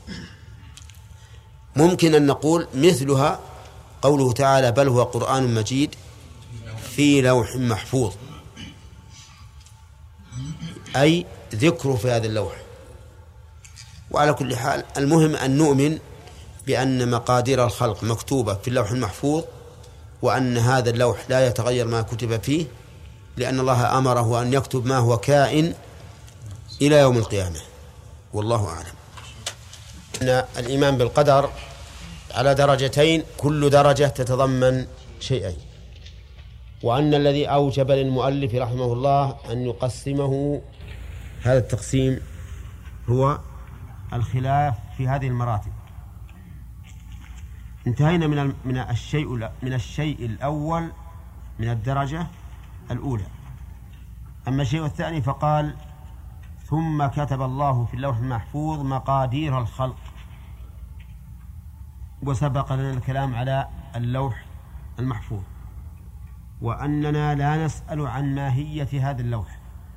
ممكن أن نقول مثلها قوله تعالى بل هو قرآن مجيد في لوح محفوظ، أي ذكره في هذا اللوح. وعلى كل حال المهم أن نؤمن بأن مقادير الخلق مكتوبة في اللوح المحفوظ، وأن هذا اللوح لا يتغير ما كتب فيه، لأن الله أمره أن يكتب ما هو كائن إلى يوم القيامة. والله أعلم. أن الإيمان بالقدر على درجتين، كل درجة تتضمن شيئين، وأن الذي أوجب للمؤلف رحمه الله أن يقسمه هذا التقسيم هو الخلاف في هذه المراتب. انتهينا من الشيء الأول من الدرجة الأولى. أما الشيء الثاني فقال ثم كتب الله في اللوح المحفوظ مقادير الخلق. وسبق لنا الكلام على اللوح المحفوظ، وأننا لا نسأل عن ماهية هذا اللوح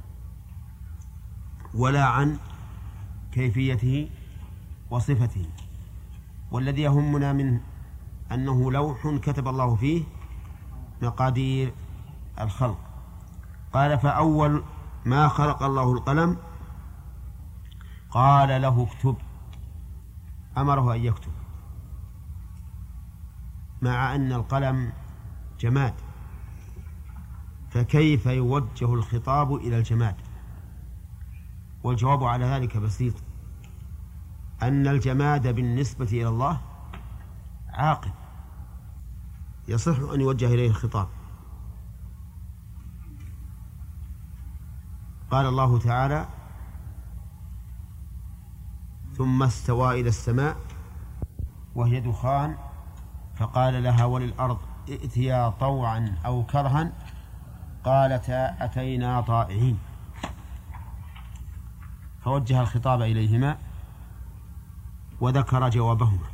ولا عن كيفيته وصفته، والذي يهمنا منه أنه لوح كتب الله فيه مقادير الخلق. قال فأول ما خلق الله القلم قال له اكتب، أمره أن يكتب، مع أن القلم جماد، فكيف يوجه الخطاب إلى الجماد؟ والجواب على ذلك بسيط، أن الجماد بالنسبة إلى الله عاقل يصح أن يوجه إليه الخطاب، قال الله تعالى ثم استوى إلى السماء وهي دخان فقال لها وللأرض ائتيا طوعا أو كرها قالتا أتينا طائعين، فوجه الخطاب إليهما وذكر جوابهما.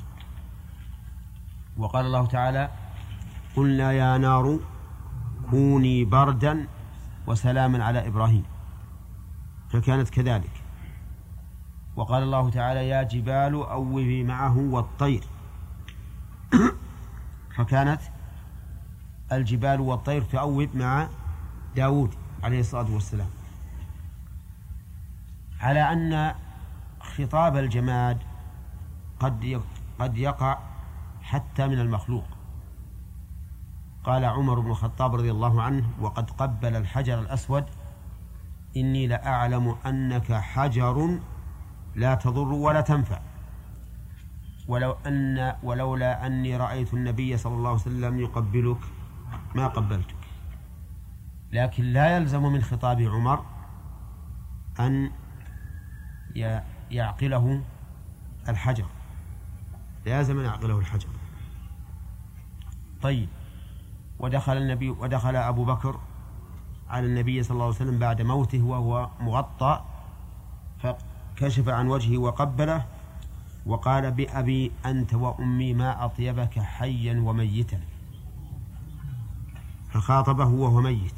وقال الله تعالى قلنا يا نار كوني بردا وسلاما على إبراهيم، فكانت كذلك. وقال الله تعالى يا جبال أوبي معه والطير، فكانت الجبال والطير تؤوب مع داود عليه الصلاة والسلام، على أن خطاب الجماد قد يقع حتى من المخلوق. قال عمر بن الخطاب رضي الله عنه وقد قبل الحجر الأسود إني لأعلم أنك حجر لا تضر ولا تنفع، ولولا أني رأيت النبي صلى الله عليه وسلم يقبلك ما قبلتك. لكن لا يلزم من خطاب عمر أن يعقله الحجر، لا يلزم أن يعقله الحجر. طيب، ودخل أبو بكر على النبي صلى الله عليه وسلم بعد موته وهو مغطى، فكشف عن وجهه وقبله وقال بأبي أنت وأمي ما أطيبك حيا وميتا، فخاطبه وهو ميت.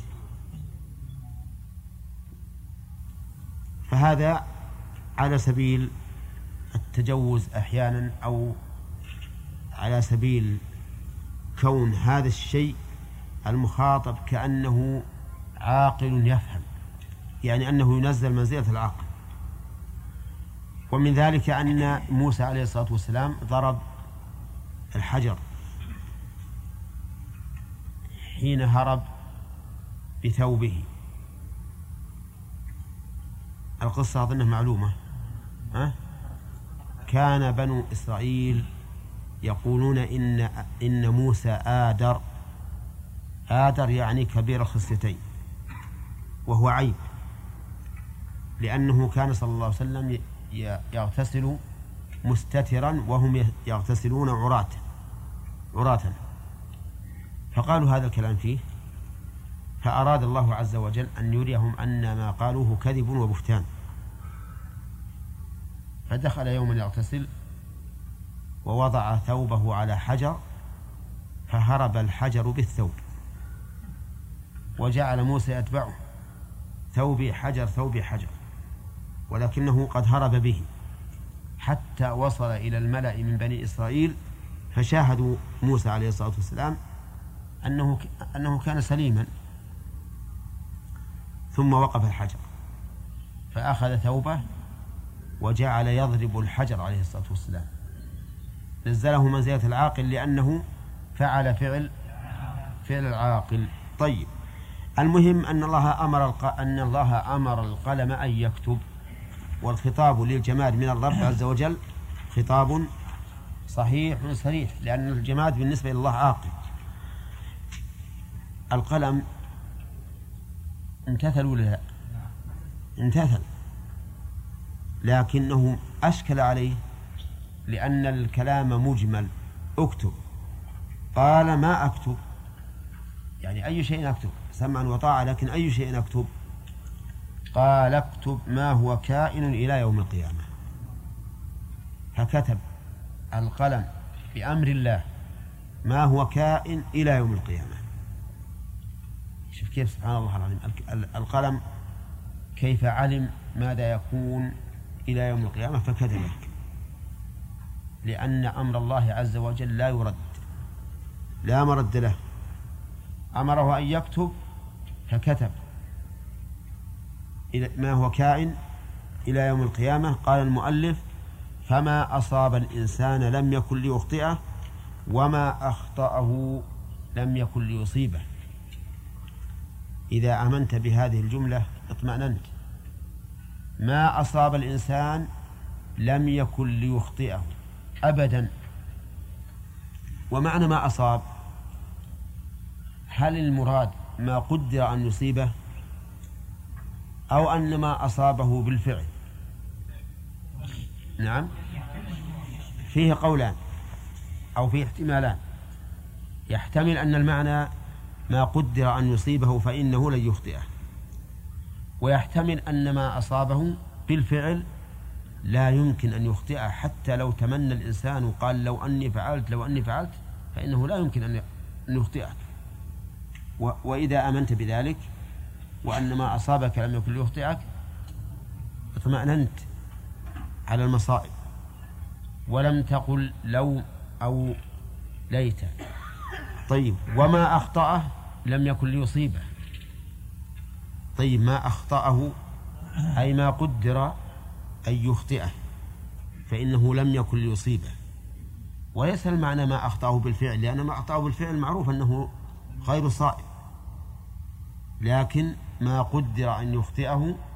فهذا على سبيل التجوز أحيانا، أو على سبيل كون هذا الشيء المخاطب كأنه عاقل يفهم، يعني أنه ينزل منزلة العقل. ومن ذلك أن موسى عليه الصلاة والسلام ضرب الحجر حين هرب بثوبه. القصة أظنها معلومة. كان بنو إسرائيل يقولون إن موسى آدر يعني كبير الخصيتين، وهو عيب، لأنه كان صلى الله عليه وسلم يغتسل مستترا وهم يغتسلون عراة. فقالوا هذا الكلام فيه، فأراد الله عز وجل أن يريهم أن ما قالوه كذب وبهتان. فدخل يوما يغتسل ووضع ثوبه على حجر فهرب الحجر بالثوب، وجعل موسى يتبعه ثوبي حجر ثوبي حجر، ولكنه قد هرب به حتى وصل إلى الملأ من بني إسرائيل فشاهدوا موسى عليه الصلاة والسلام أنه كان سليما. ثم وقف الحجر فأخذ ثوبه وجعل يضرب الحجر عليه الصلاة والسلام، نزله منزلة العاقل لأنه فعل فعل العاقل. طيب، المهم أن الله أمر القلم أن يكتب، والخطاب للجماد من الرب عز وجل خطاب صحيح صريح، لأن الجماد بالنسبة لله عاقل. القلم امتثل ولا لا؟ امتثل، لكنه أشكل عليه لأن الكلام مجمل. اكتب، قال ما أكتب، يعني أي شيء أكتب، سمعا وطاعة، لكن أي شيء أكتب؟ قال اكتب ما هو كائن إلى يوم القيامة. فكتب القلم بأمر الله ما هو كائن إلى يوم القيامة. شوف كيف سبحان الله العظيم، القلم كيف علم ماذا يكون إلى يوم القيامة فكتبه، لأن أمر الله عز وجل لا يرد، لا مرد له. أمره أن يكتب فكتب ما هو كائن إلى يوم القيامة. قال المؤلف فما أصاب الإنسان لم يكن ليخطئه وما أخطأه لم يكن ليصيبه. إذا آمنت بهذه الجملة اطمأننت. ما أصاب الإنسان لم يكن ليخطئه أبدا. ومعنى ما أصاب، هل المراد ما قدر أن يصيبه أو أن ما أصابه بالفعل. نعم، فيه قولان أو فيه احتمالان. يحتمل أن المعنى ما قدر أن يصيبه فإنه لن يخطئه، ويحتمل أن ما أصابه بالفعل لا يمكن أن يخطئه، حتى لو تمنى الإنسان وقال لو أني فعلت فإنه لا يمكن أن يخطئك. وإذا آمنت بذلك وأن ما أصابك لم يكن ليخطئك اطمأننت على المصائب، ولم تقل لو أو ليت. طيب، وما أخطأه لم يكن ليصيبه. طيب، ما أخطأه أي ما قدر أن يخطئه فإنه لم يكن ليصيبه، وليس المعنى ما أخطأه بالفعل، لأن ما أخطأه بالفعل معروف أنه غير صائب، لكن ما قدر أن يخطئه